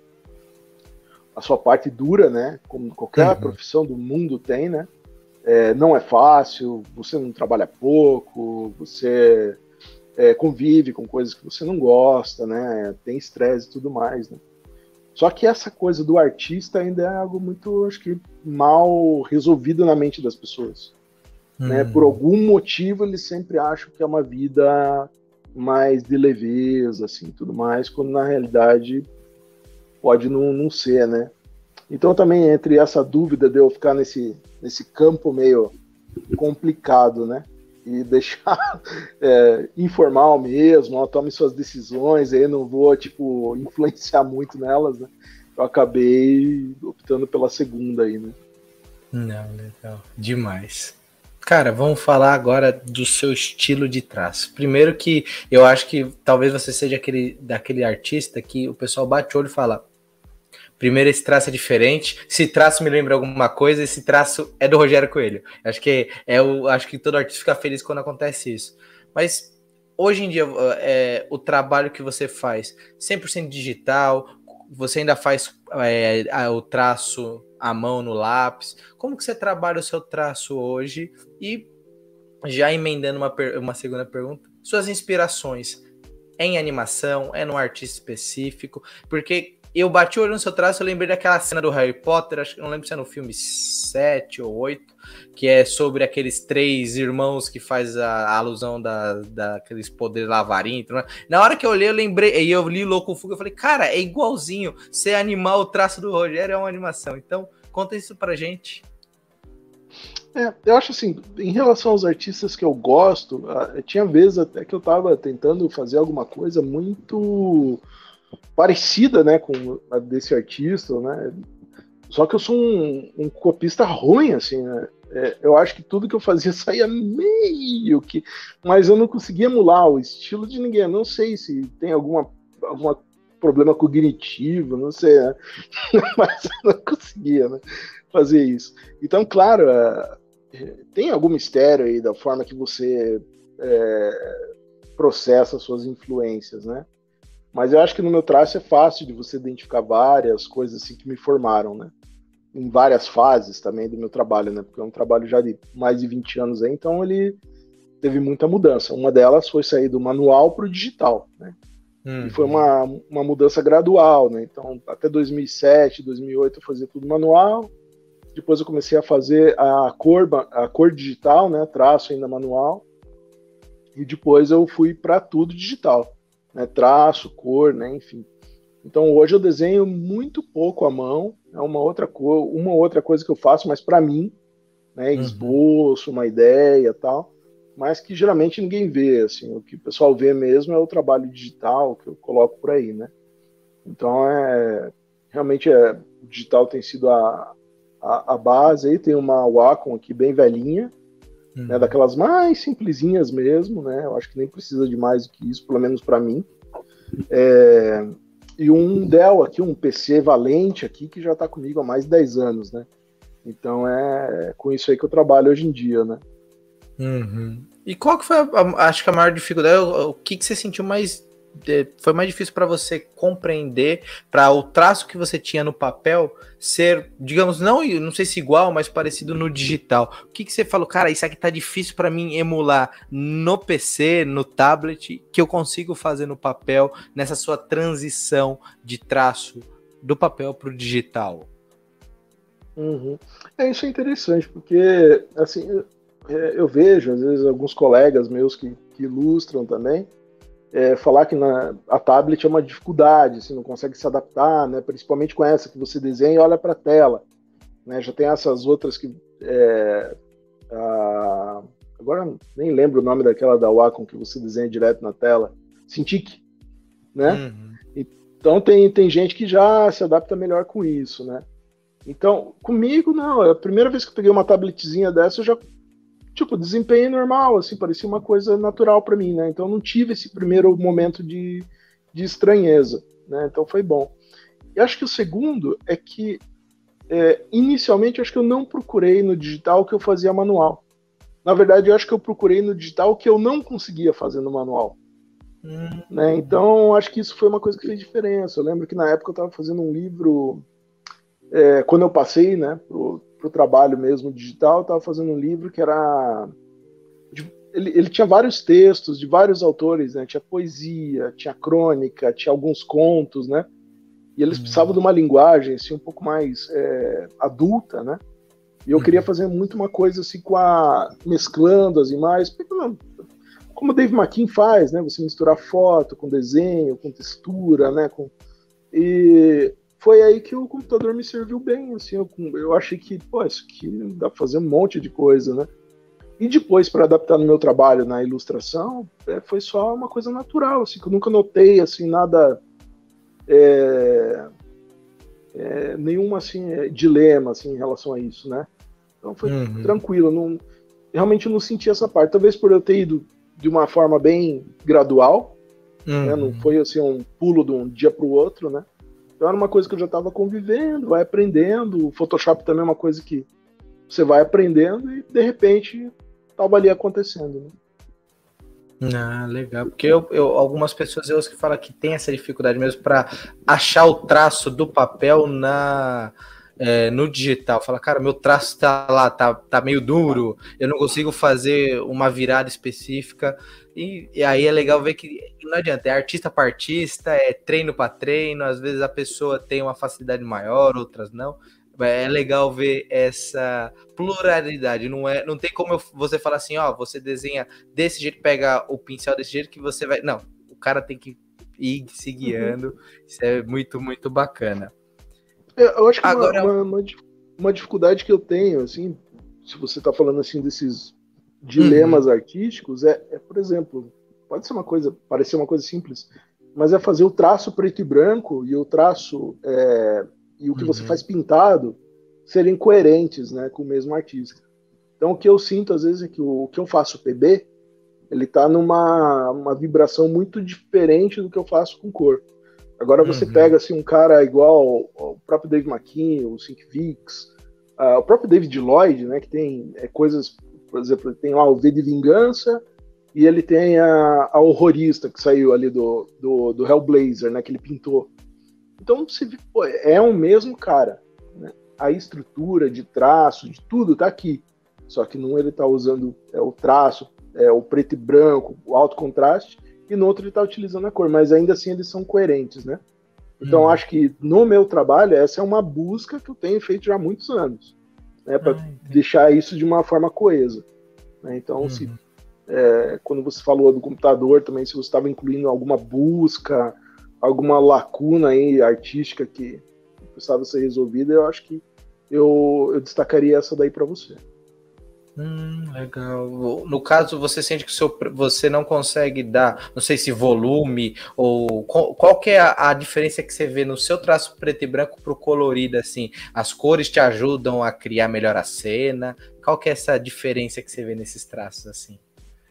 [SPEAKER 2] parte dura, né? Como qualquer profissão do mundo tem, né? Não é fácil, você não trabalha pouco, você convive com coisas que você não gosta, né? Tem estresse e tudo mais, né? Só que essa coisa do artista ainda é algo muito, acho que, mal resolvido na mente das pessoas. Né? Por algum motivo, eles sempre acham que é uma vida mais de leveza, assim, tudo mais, quando na realidade pode não ser, né? Então também entre essa dúvida de eu ficar nesse campo meio complicado, né? E deixar informal mesmo, tome suas decisões, aí não vou, tipo, influenciar muito nelas, né? Eu acabei optando pela segunda aí, né?
[SPEAKER 1] Não, legal. Demais. Cara, vamos falar agora do seu estilo de traço. Primeiro que eu acho que talvez você seja daquele artista que o pessoal bate o olho e fala: primeiro, esse traço é diferente. Esse traço me lembra alguma coisa. Esse traço é do Rogério Coelho. Acho que acho que todo artista fica feliz quando acontece isso. Mas hoje em dia, o trabalho que você faz, 100% digital, você ainda faz o traço à mão no lápis. Como que você trabalha o seu traço hoje? E já emendando uma segunda pergunta, suas inspirações em animação, é num artista específico? Porque eu bati o olho no seu traço, eu lembrei daquela cena do Harry Potter, acho que não lembro se é no filme 7 ou 8, que é sobre aqueles 3 irmãos que faz a alusão daqueles poderes lavarinto. Né? Na hora que eu olhei, eu lembrei, e eu li Louco Fuga, eu falei, cara, é igualzinho. Se animar o traço do Rogério é uma animação. Então, conta isso pra gente.
[SPEAKER 2] Eu acho assim, em relação aos artistas que eu gosto, tinha vezes até que eu tava tentando fazer alguma coisa muito parecida, né, com a desse artista, né, só que eu sou um copista ruim, assim, né, eu acho que tudo que eu fazia saía meio que, mas eu não conseguia emular o estilo de ninguém, eu não sei se tem alguma problema cognitivo, não sei, né, mas eu não conseguia, né, fazer isso. Então, claro, tem algum mistério aí da forma que você processa suas influências, né? Mas eu acho que no meu traço é fácil de você identificar várias coisas assim que me formaram, né? Em várias fases também do meu trabalho, né? Porque é um trabalho já de mais de 20 anos aí, então ele teve muita mudança. Uma delas foi sair do manual para o digital, né? E foi uma mudança gradual, né? Então, até 2007, 2008 eu fazia tudo manual. Depois eu comecei a fazer a cor digital, né? Traço ainda manual. E depois eu fui para tudo digital, né? Traço, cor, né? Enfim. Então hoje eu desenho muito pouco à mão. É uma outra coisa que eu faço, mas para mim, né? Esboço, uma ideia, tal. Mas que geralmente ninguém vê, assim. O que o pessoal vê mesmo é o trabalho digital que eu coloco por aí, né? Então realmente o digital tem sido a base. Aí tem uma Wacom aqui bem velhinha, né, daquelas mais simplesinhas mesmo, né? Eu acho que nem precisa de mais do que isso, pelo menos para mim. E um Dell aqui, um PC valente aqui, que já está comigo há mais de 10 anos, né? Então é com isso aí que eu trabalho hoje em dia, né?
[SPEAKER 1] E qual que foi, acho que a maior dificuldade, o que você sentiu foi mais difícil para você compreender, para o traço que você tinha no papel ser, digamos, não sei se igual, mas parecido no digital? O que você falou, cara, isso aqui tá difícil para mim emular no PC, no tablet, que eu consigo fazer no papel, nessa sua transição de traço do papel para o digital?
[SPEAKER 2] Isso é interessante, porque assim, eu vejo, às vezes, alguns colegas meus que ilustram também, falar que a tablet é uma dificuldade, assim, não consegue se adaptar, né? Principalmente com essa que você desenha e olha para a tela, né? Já tem essas outras que agora nem lembro o nome daquela da Wacom que você desenha direto na tela, Cintiq, né? Então tem gente que já se adapta melhor com isso, né? Então comigo não, a primeira vez que eu peguei uma tabletzinha dessa eu já desempenho normal, assim, parecia uma coisa natural para mim, né? Então não tive esse primeiro momento de estranheza, né? Então foi bom. E acho que o segundo é que, inicialmente, acho que eu não procurei no digital o que eu fazia manual. Na verdade, eu acho que eu procurei no digital o que eu não conseguia fazer no manual. Né? Então, acho que isso foi uma coisa que fez diferença. Eu lembro que na época eu estava fazendo um livro, quando eu passei, né, pro trabalho mesmo digital, eu estava fazendo um livro que era... Ele tinha vários textos de vários autores, né? Tinha poesia, tinha crônica, tinha alguns contos, né? E eles precisavam de uma linguagem assim, um pouco mais adulta, né? E eu queria fazer muito uma coisa assim, mesclando as imagens, como o Dave McKean faz, né? Você misturar foto com desenho, com textura, né? E foi aí que o computador me serviu bem, assim, eu achei que, isso aqui dá pra fazer um monte de coisa, né? E depois, para adaptar no meu trabalho na ilustração, foi só uma coisa natural, assim, que eu nunca notei, assim, nada, nenhum, assim, dilema, assim, em relação a isso, né? Então foi tranquilo, realmente não senti essa parte. Talvez por eu ter ido de uma forma bem gradual, né? Não foi assim um pulo de um dia para o outro, né? Então era uma coisa que eu já estava convivendo, vai aprendendo. O Photoshop também é uma coisa que você vai aprendendo e de repente estava ali acontecendo, né?
[SPEAKER 1] Ah, legal. Porque algumas pessoas eu que falam que tem essa dificuldade mesmo para achar o traço do papel no digital. Fala, cara, meu traço tá lá, tá meio duro, eu não consigo fazer uma virada específica. E aí é legal ver que não adianta, é artista para artista, é treino para treino, às vezes a pessoa tem uma facilidade maior, outras não. É legal ver essa pluralidade. Não tem como você falar assim, ó, você desenha desse jeito, pega o pincel desse jeito que você vai. Não, o cara tem que ir se guiando. Isso é muito, muito bacana.
[SPEAKER 2] Eu acho que agora uma dificuldade que eu tenho, assim, se você está falando assim desses dilemas artísticos, por exemplo, pode ser parecer uma coisa simples, mas é fazer o traço preto e branco e o traço e o que você faz pintado serem coerentes, né, com o mesmo artista. Então o que eu sinto às vezes é que o que eu faço PB, ele está numa vibração muito diferente do que eu faço com cor. Agora você pega assim, um cara igual o próprio Dave McKean, o Sink Vix, o próprio David Lloyd, né, que tem coisas, por exemplo, tem lá o V de Vingança e ele tem a Horrorista, que saiu ali do Hellblazer, né, que ele pintou. Então é o mesmo cara, né? A estrutura de traço, de tudo tá aqui. Só que num ele tá usando o traço, o preto e branco, o alto contraste, e no outro ele está utilizando a cor, mas ainda assim eles são coerentes, né? Então acho que no meu trabalho essa é uma busca que eu tenho feito já há muitos anos, né, para deixar isso de uma forma coesa, né? Então quando você falou do computador também, se você estava incluindo alguma busca, alguma lacuna aí artística que precisava ser resolvida, eu acho que eu destacaria essa daí para você.
[SPEAKER 1] Legal. No caso, você sente que você não consegue dar, não sei se volume, ou qual que é a diferença que você vê no seu traço preto e branco pro colorido, assim? As cores te ajudam a criar melhor a cena? Qual que é essa diferença que você vê nesses traços, assim?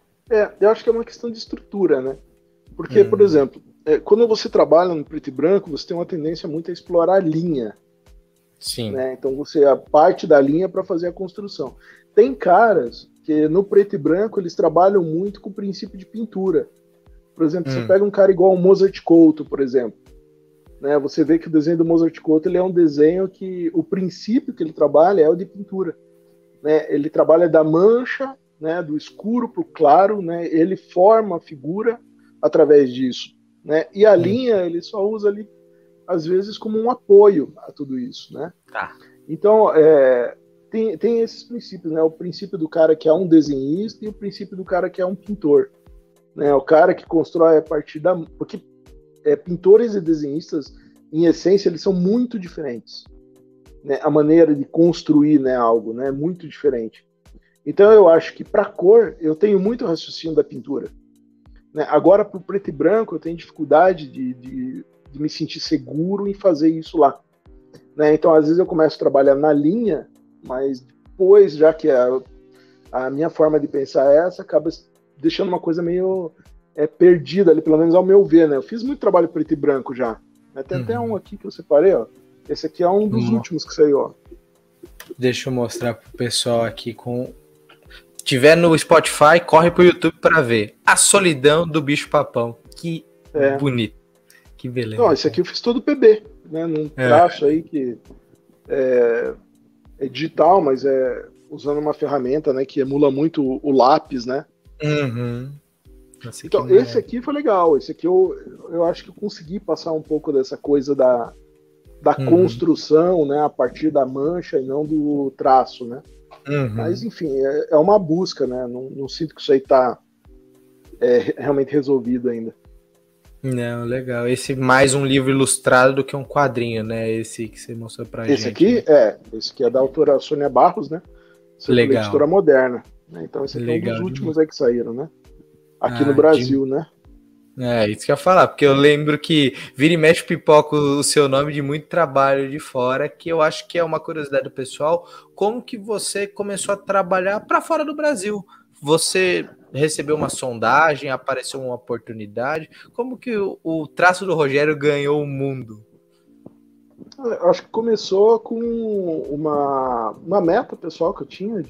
[SPEAKER 2] Eu acho que é uma questão de estrutura, né? Porque, por exemplo, quando você trabalha no preto e branco, você tem uma tendência muito a explorar a linha.
[SPEAKER 1] Sim.
[SPEAKER 2] Né? Então você parte da linha para fazer a construção. Tem caras que no preto e branco eles trabalham muito com o princípio de pintura. Por exemplo, você pega um cara igual o Mozart Couto, por exemplo, né? Você vê que o desenho do Mozart Couto ele é um desenho que o princípio que ele trabalha é o de pintura, né? Ele trabalha da mancha, né? Do escuro para o claro, né? Ele forma a figura através disso, né? E a linha ele só usa ali às vezes como um apoio a tudo isso, né? Então tem esses princípios, né? O princípio do cara que é um desenhista e o princípio do cara que é um pintor, né? O cara que constrói a partir da... Porque pintores e desenhistas, em essência, eles são muito diferentes, né? A maneira de construir, né, algo, né, é muito diferente. Então eu acho que para cor eu tenho muito raciocínio da pintura, né? Agora para o preto e branco eu tenho dificuldade de me sentir seguro em fazer isso lá, né? Então às vezes eu começo a trabalhar na linha, mas depois, já que a minha forma de pensar é essa, acaba deixando uma coisa meio perdida ali, pelo menos ao meu ver, né? Eu fiz muito trabalho preto e branco já, né? Tem até um aqui que eu separei, ó. Esse aqui é um dos últimos que saiu, ó.
[SPEAKER 1] Deixa eu mostrar pro pessoal aqui tiver no Spotify, corre pro YouTube para ver A Solidão do Bicho Papão. Que bonito. Que beleza.
[SPEAKER 2] Então, esse aqui eu fiz todo PB, né? Num traço aí que é digital, mas usando uma ferramenta, né, que emula muito o lápis, né? Então, esse aqui foi legal. Esse aqui eu acho que eu consegui passar um pouco dessa coisa da construção, né, a partir da mancha e não do traço, né? Mas, enfim, é uma busca, né? Não sinto que isso aí tá realmente resolvido ainda.
[SPEAKER 1] Não, legal. Esse mais um livro ilustrado do que um quadrinho, né? Esse que você mostrou pra gente.
[SPEAKER 2] Esse aqui é da autora Sônia Barros, né?
[SPEAKER 1] Legal.
[SPEAKER 2] Editora Moderna. Né? Então esse aqui é um dos últimos aí que saíram, né? Aqui no Brasil, né?
[SPEAKER 1] É, isso que eu ia falar, porque eu lembro que vira e mexe pipoca o seu nome de muito trabalho de fora, que eu acho que é uma curiosidade do pessoal, como que você começou a trabalhar para fora do Brasil? Você recebeu uma sondagem, apareceu uma oportunidade, como que o traço do Rogério ganhou o mundo?
[SPEAKER 2] Eu acho que começou com uma meta pessoal que eu tinha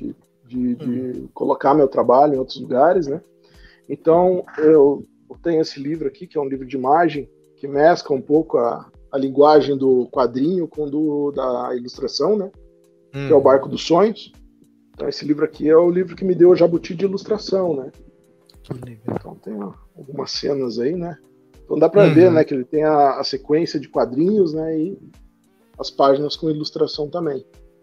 [SPEAKER 2] de colocar meu trabalho em outros lugares, né? Então, eu tenho esse livro aqui, que é um livro de imagem, que mescla um pouco a linguagem do quadrinho com da ilustração, né? Que é o Barco dos Sonhos. Então, esse livro aqui é o livro que me deu o jabuti de ilustração, né? Então, tem algumas cenas aí, né? Então, dá para ver, né, que ele tem a sequência de quadrinhos, né? E as páginas com ilustração também.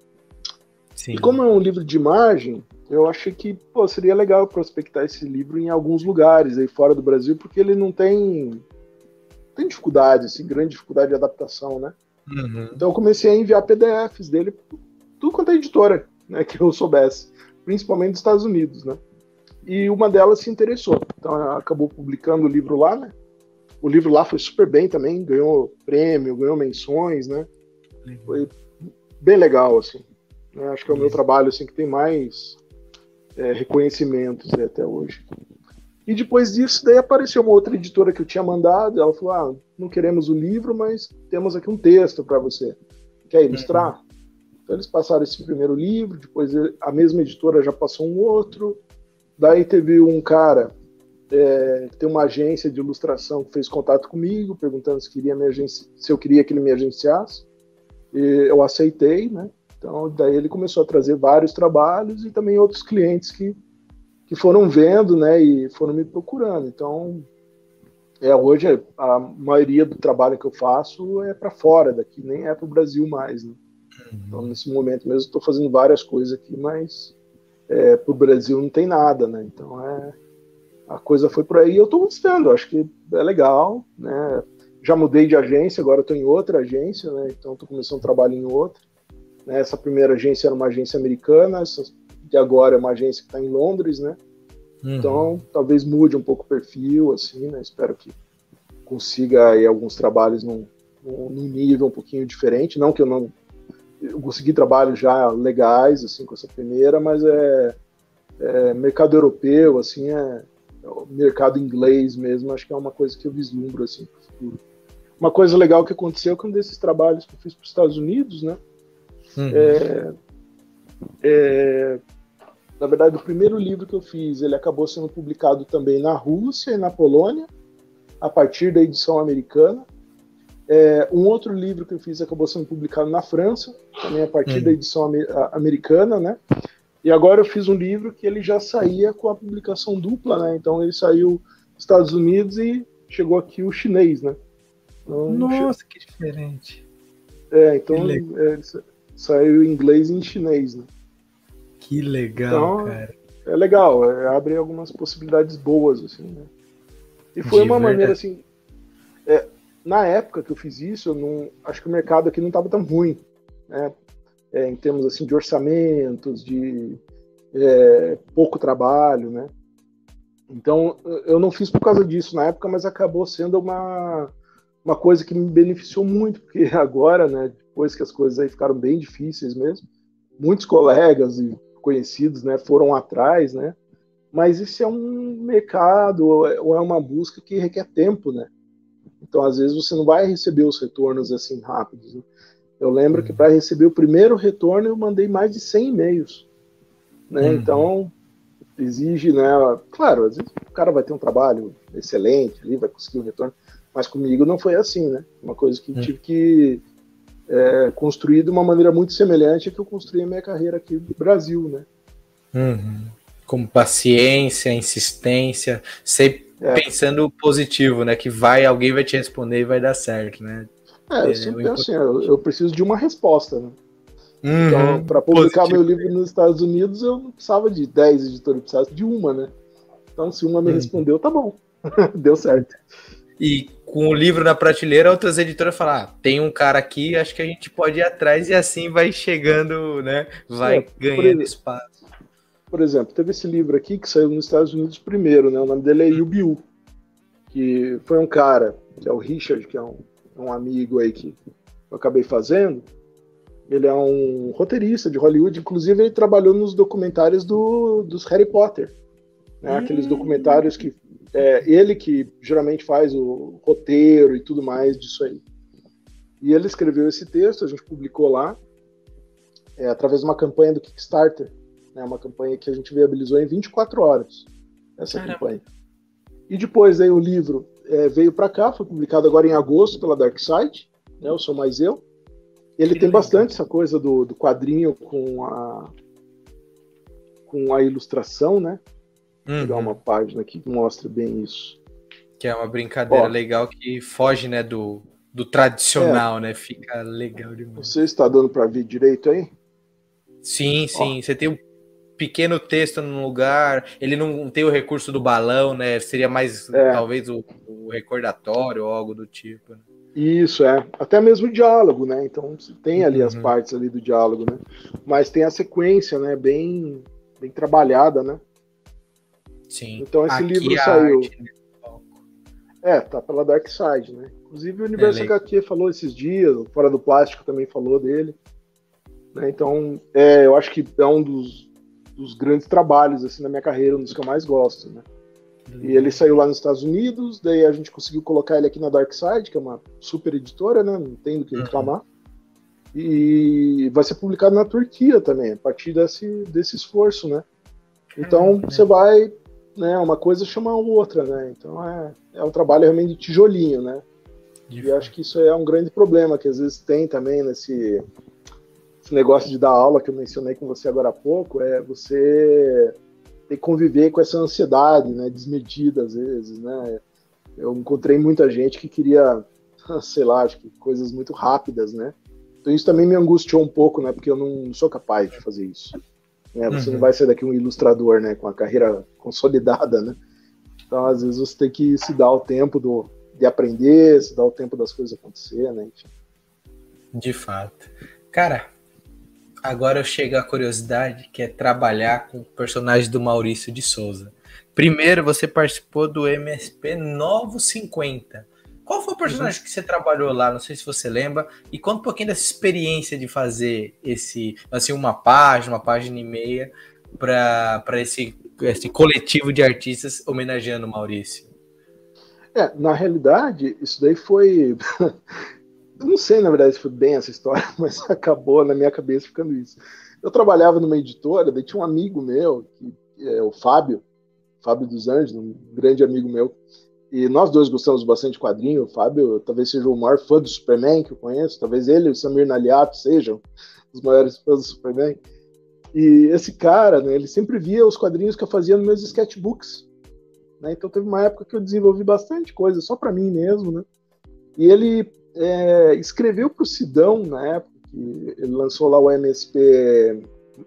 [SPEAKER 2] Sim. E como é um livro de imagem, eu achei que seria legal prospectar esse livro em alguns lugares aí fora do Brasil, porque ele não tem dificuldade, assim, grande dificuldade de adaptação, né? Então eu comecei a enviar PDFs dele, tudo quanto é editora, né, que eu soubesse, principalmente dos Estados Unidos, né? E uma delas se interessou, então ela acabou publicando o livro lá, né? O livro lá foi super bem também, ganhou prêmio, ganhou menções, né? Foi bem legal, assim. Né? Acho que é o meu trabalho assim, que tem mais reconhecimentos até hoje. E depois disso, daí apareceu uma outra editora que eu tinha mandado, ela falou, não queremos o livro, mas temos aqui um texto para você. Quer ilustrar? Então eles passaram esse primeiro livro, depois a mesma editora já passou um outro, daí teve um cara que tem uma agência de ilustração que fez contato comigo, perguntando se eu queria que ele me agenciasse. Eu aceitei, né? Então, daí ele começou a trazer vários trabalhos e também outros clientes que foram vendo, né? E foram me procurando. Então, hoje a maioria do trabalho que eu faço é para fora daqui, nem é para o Brasil mais, né? Então, nesse momento mesmo, estou fazendo várias coisas aqui, mas para o Brasil não tem nada, né? Então, a coisa foi por aí e eu estou gostando. Acho que é legal, né? Já mudei de agência, agora estou em outra agência, né? Então estou começando um trabalho em outra. Né? Essa primeira agência era uma agência americana, essa de agora é uma agência que está em Londres, né? Então talvez mude um pouco o perfil, assim, né? Espero que consiga aí alguns trabalhos num nível um pouquinho diferente. Não que eu consegui trabalhos já legais, assim, com essa primeira, mas mercado europeu, assim, o mercado inglês mesmo, acho que é uma coisa que eu vislumbro, assim, para o futuro. Uma coisa legal que aconteceu com um desses trabalhos que eu fiz para os Estados Unidos, né? Na verdade, o primeiro livro que eu fiz, ele acabou sendo publicado também na Rússia e na Polônia, a partir da edição americana. Um outro livro que eu fiz acabou sendo publicado na França, também a partir da edição americana, né? E agora eu fiz um livro que ele já saía com a publicação dupla, né? Então ele saiu dos Estados Unidos e chegou aqui o chinês, né? Então,
[SPEAKER 1] nossa, que diferente.
[SPEAKER 2] Então saiu em inglês e em chinês, né?
[SPEAKER 1] Que legal, então, cara.
[SPEAKER 2] É legal, abre algumas possibilidades boas, assim, né? E foi uma maneira, assim... na época que eu fiz isso, acho que o mercado aqui não estava tão ruim, né? Em termos, assim, de orçamentos, de pouco trabalho, né? Então, eu não fiz por causa disso na época, mas acabou sendo uma coisa que me beneficiou muito, porque agora, né, depois que as coisas aí ficaram bem difíceis mesmo, muitos colegas e conhecidos, né, foram atrás, né? Mas isso é um mercado ou é uma busca que requer tempo, né? Então, às vezes, você não vai receber os retornos assim rápidos, né? Eu lembro que para receber o primeiro retorno eu mandei mais de 100 e-mails, né? Então, exige, né? Claro, às vezes o cara vai ter um trabalho excelente ali, vai conseguir um retorno, mas comigo não foi assim, né? Uma coisa que tive que construir de uma maneira muito semelhante a que eu construí a minha carreira aqui no Brasil, né?
[SPEAKER 1] Com paciência, insistência, sempre pensando positivo, né? Que alguém vai te responder e vai dar certo, né?
[SPEAKER 2] Eu sempre penso assim, eu preciso de uma resposta, né? Então, para publicar meu livro nos Estados Unidos, eu não precisava de 10 editores, eu precisava de uma, né? Então, se uma me respondeu, tá bom. Deu certo.
[SPEAKER 1] E com o livro na prateleira, outras editoras falam, tem um cara aqui, acho que a gente pode ir atrás, e assim vai chegando, né? Vai ganhando espaço.
[SPEAKER 2] Por exemplo, teve esse livro aqui que saiu nos Estados Unidos primeiro, né? O nome dele é Yu-Bi-U, que foi um cara, que é o Richard, que é um amigo aí que eu acabei fazendo. Ele é um roteirista de Hollywood, inclusive ele trabalhou nos documentários dos Harry Potter, né? Aqueles documentários que ele que geralmente faz o roteiro e tudo mais disso aí. E ele escreveu esse texto, a gente publicou lá, através de uma campanha do Kickstarter, né? Uma campanha que a gente viabilizou em 24 horas, essa campanha. E depois aí o livro veio para cá, foi publicado agora em agosto pela Dark Side, né? Eu Sou Mais Eu. Ele tem bastante essa coisa do quadrinho com a ilustração, né? Vou pegar uma página aqui que mostra bem isso.
[SPEAKER 1] Que é uma brincadeira legal que foge, né, do tradicional, né? Fica legal demais.
[SPEAKER 2] Você está dando para ver direito aí?
[SPEAKER 1] Sim. Você tem um pequeno texto num lugar, ele não tem o recurso do balão, né? Seria mais, talvez, o recordatório ou algo do tipo, né?
[SPEAKER 2] Isso, até mesmo o diálogo, né? Então você tem ali as partes ali do diálogo, né? Mas tem a sequência, né? Bem trabalhada, né?
[SPEAKER 1] Sim.
[SPEAKER 2] Então esse livro saiu. Tá pela Dark Side, né? Inclusive o Universo HQ falou esses dias, o Fora do Plástico também falou dele, né? Então eu acho que é um dos grandes trabalhos assim na minha carreira, um dos que eu mais gosto, né? E ele saiu lá nos Estados Unidos, daí a gente conseguiu colocar ele aqui na Dark Side, que é uma super editora, né? Não tem do que reclamar. E vai ser publicado na Turquia também, a partir desse esforço, né? Então você vai, né? Uma coisa chama a outra, né? Então é um trabalho realmente de tijolinho, né? E acho que isso é um grande problema que às vezes tem também nesse negócio de dar aula que eu mencionei com você agora há pouco, você tem que conviver com essa ansiedade, né, desmedida às vezes, né? Eu encontrei muita gente que queria, sei lá, acho que coisas muito rápidas, né? Então isso também me angustiou um pouco, né? Porque eu não sou capaz de fazer isso. Né? Você não vai ser daqui um ilustrador, né? Com a carreira consolidada, né? Então às vezes você tem que se dar o tempo de aprender, se dar o tempo das coisas acontecer, né? Enfim.
[SPEAKER 1] De fato. Cara, agora chega a curiosidade, que é trabalhar com o personagem do Maurício de Souza. Primeiro, você participou do MSP Novo 50. Qual foi o personagem que você trabalhou lá? Não sei se você lembra. E conta um pouquinho dessa experiência de fazer uma página e meia, para esse coletivo de artistas homenageando o Maurício.
[SPEAKER 2] Na realidade, isso daí foi... Eu não sei, na verdade, se foi bem essa história, mas acabou na minha cabeça ficando isso. Eu trabalhava numa editora, daí tinha um amigo meu, que é o Fábio dos Anjos, um grande amigo meu, e nós dois gostamos bastante de quadrinho. O Fábio talvez seja o maior fã do Superman que eu conheço, talvez ele e o Samir Naliato sejam os maiores fãs do Superman. E esse cara, né, ele sempre via os quadrinhos que eu fazia nos meus sketchbooks, né? Então teve uma época que eu desenvolvi bastante coisa, só para mim mesmo, né? E ele escreveu para o Sidão, na época, que ele lançou lá o MSP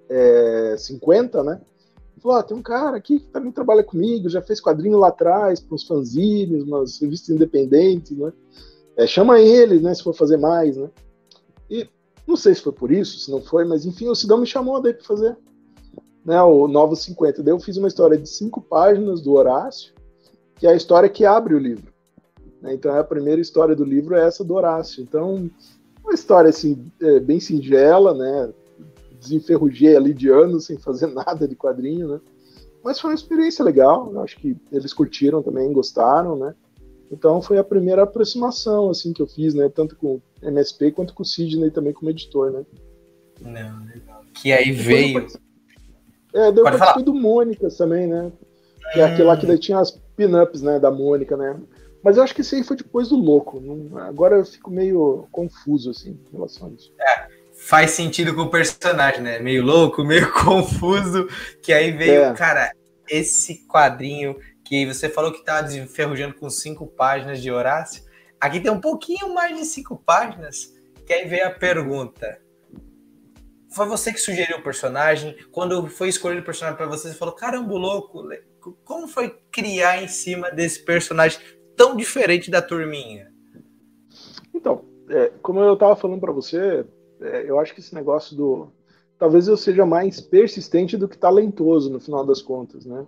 [SPEAKER 2] 50, né? Falou, tem um cara aqui que também trabalha comigo, já fez quadrinho lá atrás, para uns fanzines, umas revistas independentes, né? Chama ele, né, se for fazer mais, né? E não sei se foi por isso, se não foi, mas enfim, o Sidão me chamou daí para fazer, né, o Novo 50. Daí eu fiz uma história de 5 páginas do Horácio, que é a história que abre o livro. Então a primeira história do livro é essa do Horácio. Então, uma história assim, bem singela, né? Desenferrujei ali de anos sem fazer nada de quadrinho, né? Mas foi uma experiência legal. Eu acho que eles curtiram também, gostaram, né? Então foi a primeira aproximação assim que eu fiz, né? Tanto com o MSP quanto com o Sidney também como editor, né?
[SPEAKER 1] Não, legal. Que aí veio.
[SPEAKER 2] Eu participei do Mônicas também, né? Que é aquele lá que daí tinha as pin-ups, né? Da Mônica, né? Mas eu acho que esse aí foi depois do Louco. Agora eu fico meio confuso, assim, em relação a isso.
[SPEAKER 1] Faz sentido com o personagem, né? Meio louco, meio confuso. Que aí veio, cara, esse quadrinho que você falou que tá desenferrujando com 5 páginas de Horácio. Aqui tem um pouquinho mais de 5 páginas. Que aí veio a pergunta. Foi você que sugeriu o personagem? Quando foi escolher o personagem para você falou, caramba, louco. Como foi criar em cima desse personagem tão diferente da turminha? Então,
[SPEAKER 2] como eu estava falando para você, eu acho que esse negócio talvez eu seja mais persistente do que talentoso, no final das contas, né?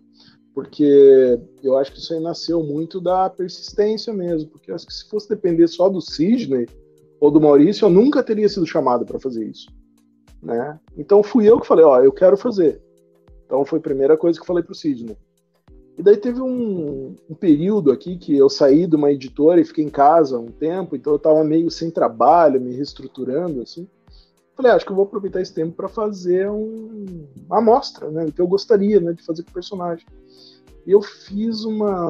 [SPEAKER 2] porque eu acho que isso aí nasceu muito da persistência mesmo, porque eu acho que se fosse depender só do Sidney ou do Maurício, eu nunca teria sido chamado para fazer isso, né? Então fui eu que falei, ó, eu quero fazer. Então foi a primeira coisa que eu falei pro Sidney. E daí teve um período aqui que eu saí de uma editora e fiquei em casa um tempo, então eu estava meio sem trabalho, me reestruturando, assim. Falei, acho que eu vou aproveitar esse tempo para fazer uma amostra, né, do que eu gostaria, né, de fazer com o personagem. E eu fiz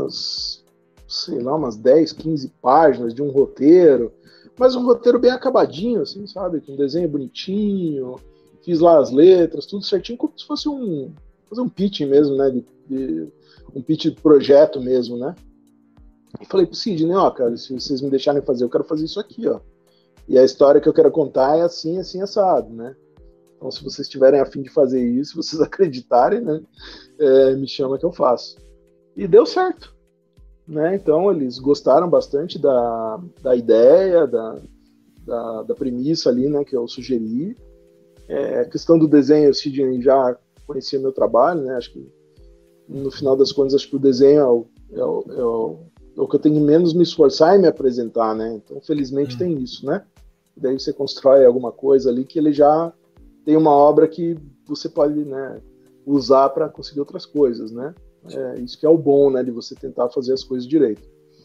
[SPEAKER 2] umas 10, 15 páginas de um roteiro, mas um roteiro bem acabadinho, assim, sabe, com um desenho bonitinho, fiz lá as letras, tudo certinho, como se fosse fazer um pitch mesmo, né, um pitch de projeto mesmo, né? E falei pro Sidney, ó, cara, se vocês me deixarem fazer, eu quero fazer isso aqui, ó. E a história que eu quero contar é assim, assim, assado, né? Então, se vocês tiverem a fim de fazer isso, se vocês acreditarem, né, me chama que eu faço. E deu certo, né? Então, eles gostaram bastante da ideia, da premissa ali, né, que eu sugeri. A questão do desenho, o Sidney já conhecia meu trabalho, né? Acho que no final das contas, acho que o desenho é o que eu tenho menos me esforçar em me apresentar, né? Então, felizmente tem isso, né? Daí você constrói alguma coisa ali que ele já tem uma obra que você pode, né, usar para conseguir outras coisas, né? Isso que é o bom, né, de você tentar fazer as coisas direito.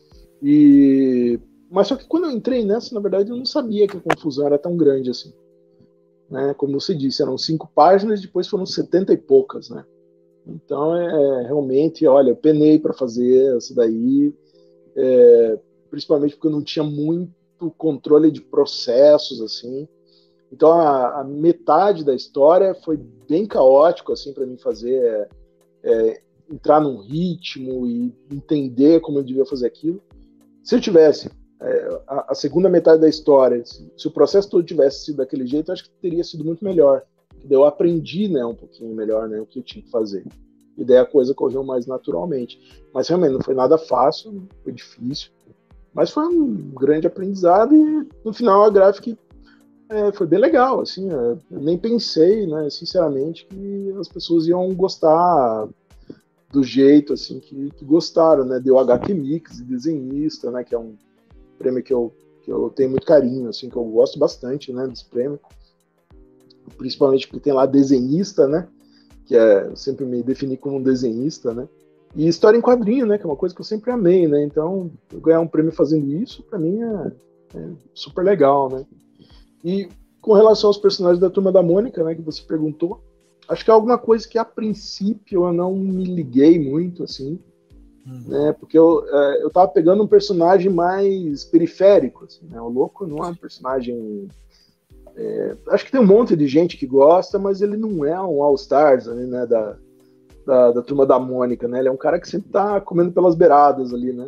[SPEAKER 2] Mas só que quando eu entrei nessa, na verdade, eu não sabia que a confusão era tão grande assim, né? Como você disse, eram 5 páginas, depois foram 70 e poucas, né? Então, realmente, olha, eu penei para fazer isso daí, principalmente porque eu não tinha muito controle de processos, assim. Então, a metade da história foi bem caótico, assim, para mim fazer, entrar num ritmo e entender como eu devia fazer aquilo. Se eu tivesse a segunda metade da história, se o processo todo tivesse sido daquele jeito, eu acho que teria sido muito melhor. Eu aprendi, né, um pouquinho melhor, né, o que eu tinha que fazer. E daí a coisa correu mais naturalmente. Mas realmente não foi nada fácil, foi difícil. Mas foi um grande aprendizado e no final a Graphic foi bem legal. Assim, eu nem pensei, né, sinceramente, que as pessoas iam gostar do jeito assim que gostaram, né? Deu HQ Mix, desenhista, né, que é um prêmio que eu tenho muito carinho, assim, que eu gosto bastante, né, desse prêmio. Principalmente porque tem lá desenhista, né? Que eu sempre me defini como um desenhista, né? E história em quadrinho, né? Que é uma coisa que eu sempre amei, né? Então, eu ganhar um prêmio fazendo isso, para mim é super legal, né? E com relação aos personagens da Turma da Mônica, né? Que você perguntou, acho que é alguma coisa que a princípio eu não me liguei muito, assim, né? Porque eu tava pegando um personagem mais periférico, assim, né? O Louco não é um personagem... acho que tem um monte de gente que gosta, mas ele não é um All-Stars, né, da Turma da Mônica, né? Ele é um cara que sempre tá comendo pelas beiradas ali, né?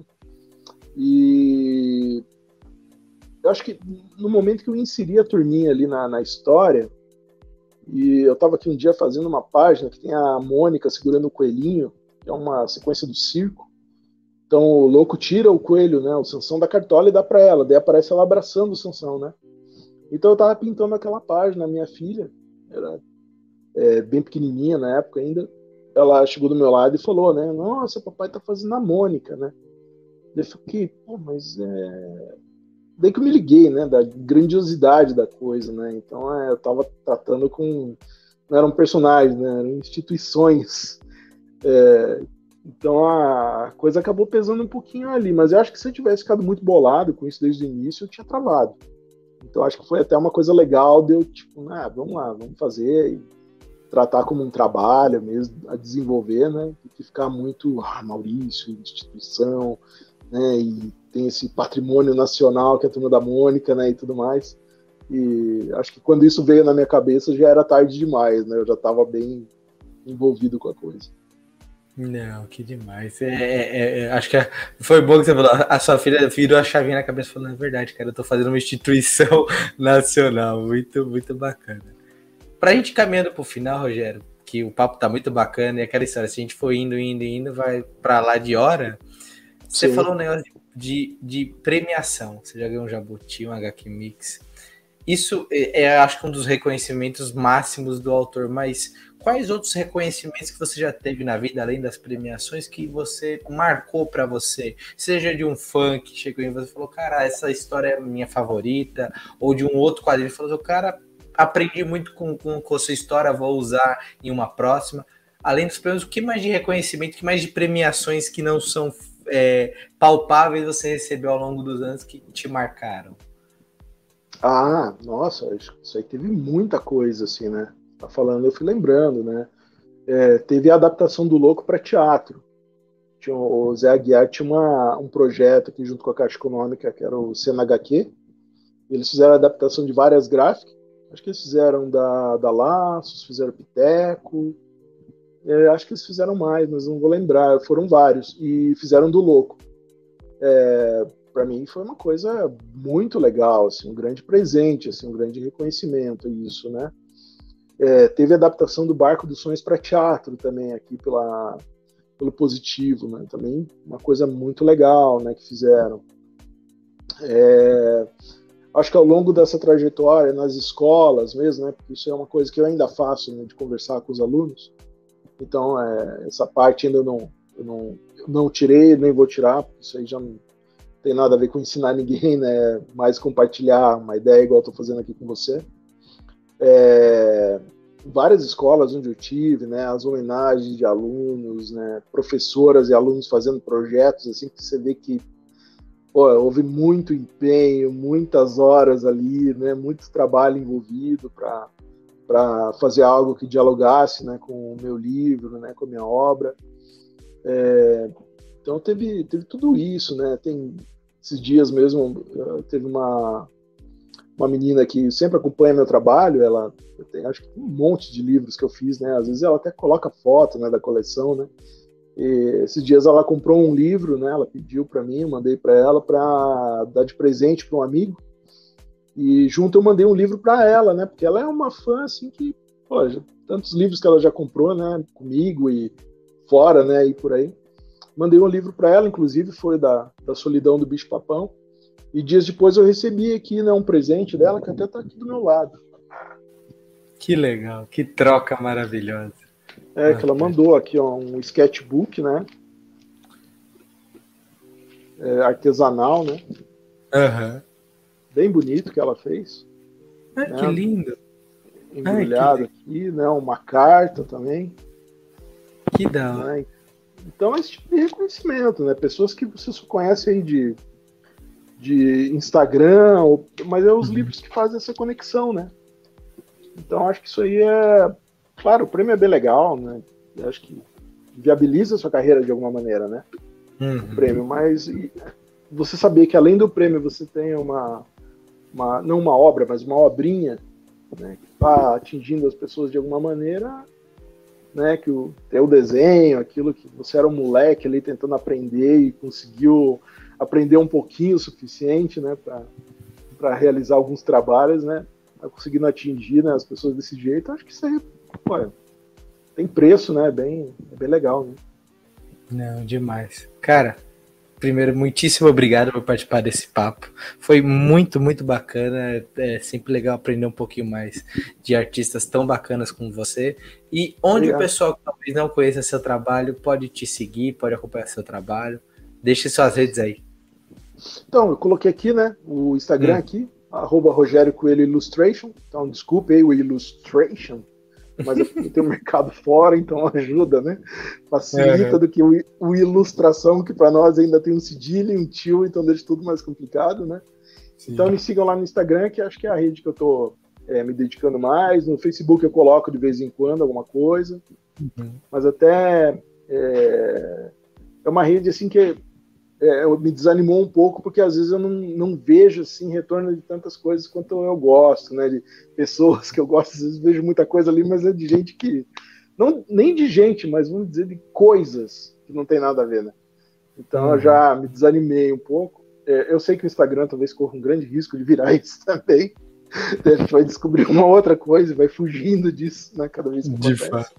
[SPEAKER 2] E eu acho que no momento que eu inseri a turminha ali na história, e eu tava aqui um dia fazendo uma página que tem a Mônica segurando o coelhinho, que é uma sequência do circo. Então o Louco tira o coelho, né, o Sansão da cartola e dá para ela, daí aparece ela abraçando o Sansão, né? Então eu tava pintando aquela página, minha filha era bem pequenininha na época ainda, ela chegou do meu lado e falou, né, nossa, papai tá fazendo a Mônica, né? Eu fiquei, pô, mas daí que eu me liguei, né, da grandiosidade da coisa, né? Então eu tava tratando não eram personagens, né, eram instituições. Então a coisa acabou pesando um pouquinho ali, mas eu acho que se eu tivesse ficado muito bolado com isso desde o início, eu tinha travado. Então acho que foi até uma coisa legal de eu, tipo, vamos lá, vamos fazer e tratar como um trabalho mesmo, a desenvolver, né? Do que ficar muito, Maurício, instituição, né? E tem esse patrimônio nacional que é a Turma da Mônica, né? E tudo mais. E acho que quando isso veio na minha cabeça já era tarde demais, né? Eu já estava bem envolvido com a coisa.
[SPEAKER 1] Não, que demais. Acho que foi bom que você falou. A sua filha virou a chavinha na cabeça e falou: é verdade, cara, eu tô fazendo uma instituição nacional. Muito, muito bacana. Pra gente caminhando pro final, Rogério, que o papo tá muito bacana e aquela história, se a gente for indo, vai pra lá de hora. Você falou um negócio de premiação. Você já ganhou um Jabuti, um HQ Mix. Isso acho que um dos reconhecimentos máximos do autor, mas quais outros reconhecimentos que você já teve na vida, além das premiações, que você marcou para você? Seja de um fã que chegou em você e falou, cara, essa história é minha favorita, ou de um outro quadrinho que falou, cara, aprendi muito com a sua história, vou usar em uma próxima. Além dos prêmios, o que mais de reconhecimento, o que mais de premiações que não são palpáveis você recebeu ao longo dos anos que te marcaram?
[SPEAKER 2] Ah, nossa, isso aí teve muita coisa, assim, né? Tá falando, eu fui lembrando, né? Teve a adaptação do Louco para teatro. O Zé Aguiar tinha um projeto aqui junto com a Caixa Econômica, que era o CNHQ. Eles fizeram a adaptação de várias gráficas. Acho que eles fizeram da Laços, fizeram Piteco. Acho que eles fizeram mais, mas não vou lembrar. Foram vários. E fizeram do Louco. Para mim foi uma coisa muito legal, assim, um grande presente, assim, um grande reconhecimento isso, né? Teve a adaptação do Barco dos Sonhos para teatro também aqui pelo Positivo, né? Também uma coisa muito legal, né, que fizeram. Acho que ao longo dessa trajetória nas escolas mesmo, né, porque isso é uma coisa que eu ainda faço, né, de conversar com os alunos. Então essa parte ainda eu não tirei, nem vou tirar, porque isso aí já não tem nada a ver com ensinar ninguém, né? Mais compartilhar uma ideia igual eu estou fazendo aqui com você. Várias escolas onde eu tive, né? As homenagens de alunos, né? Professoras e alunos fazendo projetos, assim, que você vê que houve muito empenho, muitas horas ali, né? Muito trabalho envolvido para fazer algo que dialogasse, né? Com o meu livro, né? Com a minha obra. Então teve tudo isso, né? Esses dias mesmo teve uma menina que sempre acompanha meu trabalho, ela tem, acho que tem um monte de livros que eu fiz, né? Às vezes ela até coloca foto, né, da coleção, né? E esses dias ela comprou um livro, né? Ela pediu para mim, eu mandei para ela para dar de presente para um amigo. E junto eu mandei um livro para ela, né? Porque ela é uma fã assim que, tantos livros que ela já comprou, né? Comigo e fora, né? E por aí. Mandei um livro para ela, inclusive foi da Solidão do Bicho Papão. E dias depois eu recebi aqui, né, um presente dela que até está aqui do meu lado.
[SPEAKER 1] Que legal, que troca maravilhosa.
[SPEAKER 2] Que ela mandou aqui um sketchbook, né? Artesanal, né?
[SPEAKER 1] Uhum.
[SPEAKER 2] Bem bonito que ela fez.
[SPEAKER 1] Né? Que lindo.
[SPEAKER 2] Embrulhado aqui, né? Uma carta também.
[SPEAKER 1] Que da hora.
[SPEAKER 2] Né? Então, esse tipo de reconhecimento, né? Pessoas que você só conhece aí de Instagram, mas os livros que fazem essa conexão, né? Então, acho que isso aí claro, o prêmio é bem legal, né? Eu acho que viabiliza a sua carreira de alguma maneira, né? O prêmio, mas você saber que além do prêmio você tem não uma obra, mas uma obrinha, né? Que está atingindo as pessoas de alguma maneira, né? Que tem o desenho, aquilo que você era um moleque ali tentando aprender e conseguiu aprender um pouquinho o suficiente, né? Para realizar alguns trabalhos, né? Tá conseguindo atingir, né, as pessoas desse jeito. Acho que isso aí, tem preço, né? É bem legal, né?
[SPEAKER 1] Não, demais. Cara, primeiro, muitíssimo obrigado por participar desse papo. Foi muito, muito bacana. É sempre legal aprender um pouquinho mais de artistas tão bacanas como você. E onde o pessoal que talvez não conheça seu trabalho pode te seguir, pode acompanhar seu trabalho. Deixe suas redes aí.
[SPEAKER 2] Então, eu coloquei aqui, né, o Instagram aqui, @Rogério Coelho Illustration. Então, desculpe aí o Illustration, mas eu tenho mercado fora, então ajuda, né? Facilita do que o Ilustração, que para nós ainda tem um cedilho e um tio, então deixa tudo mais complicado, né? Sim. Então me sigam lá no Instagram, que acho que é a rede que eu tô me dedicando mais. No Facebook eu coloco de vez em quando alguma coisa, mas até é uma rede assim que me desanimou um pouco, porque às vezes eu não vejo assim retorno de tantas coisas quanto eu gosto, né? De pessoas que eu gosto, às vezes vejo muita coisa ali, mas é de gente que não, nem de gente, mas vamos dizer de coisas que não tem nada a ver, né? Então eu já me desanimei um pouco. Eu sei que o Instagram talvez corra um grande risco de virar isso também. A gente vai descobrir uma outra coisa e vai fugindo disso, né? Cada vez que acontece. Fato.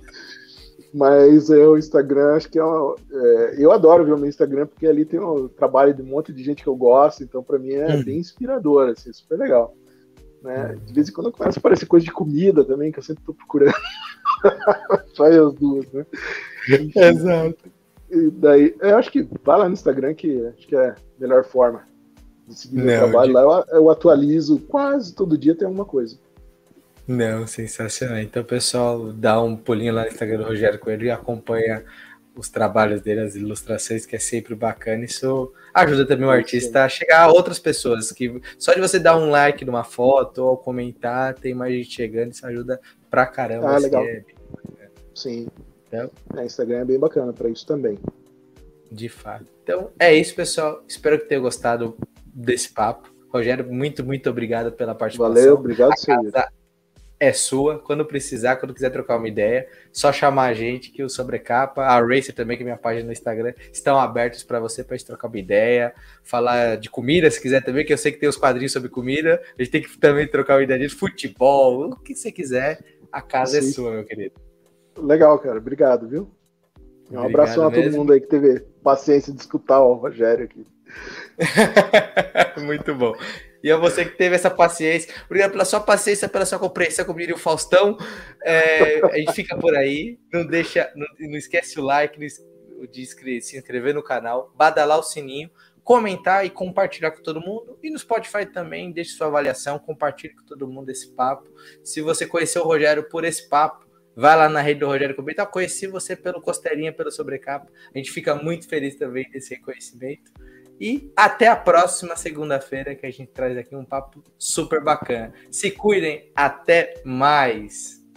[SPEAKER 2] Mas o Instagram, acho que eu adoro ver o meu Instagram, porque ali tem o trabalho de um monte de gente que eu gosto, então para mim é bem inspirador, assim, super legal. Né? De vez em quando começa a aparecer coisa de comida também, que eu sempre estou procurando. Faz as duas, né?
[SPEAKER 1] Exato.
[SPEAKER 2] E daí, eu acho que vai lá no Instagram, que acho que é a melhor forma de seguir meu trabalho. Lá eu atualizo quase todo dia, tem alguma coisa.
[SPEAKER 1] Não, sensacional. Então, pessoal, dá um pulinho lá no Instagram do Rogério Coelho e acompanha os trabalhos dele, as ilustrações, que é sempre bacana. Isso ajuda também o artista a chegar a outras pessoas, que só de você dar um like numa foto ou comentar, tem mais gente chegando, isso ajuda pra caramba.
[SPEAKER 2] Ah, legal. Sim. Então, Instagram é bem bacana para isso também.
[SPEAKER 1] De fato. Então, é isso, pessoal. Espero que tenham gostado desse papo. Rogério, muito, muito obrigado pela participação.
[SPEAKER 2] Valeu, obrigado, senhor.
[SPEAKER 1] É sua, quando precisar, quando quiser trocar uma ideia, só chamar a gente, que o Sobrecapa, a Racer também, que é minha página no Instagram, estão abertos para você, para a gente trocar uma ideia, falar de comida, se quiser também, que eu sei que tem os quadrinhos sobre comida, a gente tem que também trocar uma ideia de futebol, o que você quiser, a casa é sua, meu querido.
[SPEAKER 2] Legal, cara, obrigado, viu? Um abração a todo mundo aí que teve paciência de escutar o Rogério aqui.
[SPEAKER 1] Muito bom. E a você que teve essa paciência, obrigado pela sua paciência, pela sua compreensão, como diria o Faustão. A gente fica por aí. Não esquece o like, de se inscrever no canal, badalar o sininho, comentar e compartilhar com todo mundo. E no Spotify também, deixe sua avaliação, compartilhe com todo mundo esse papo. Se você conheceu o Rogério por esse papo, vai lá na rede do Rogério Comenta. Conheci você pelo Costelinha, pelo Sobrecapa. A gente fica muito feliz também desse reconhecimento. E até a próxima segunda-feira, que a gente traz aqui um papo super bacana. Se cuidem, até mais!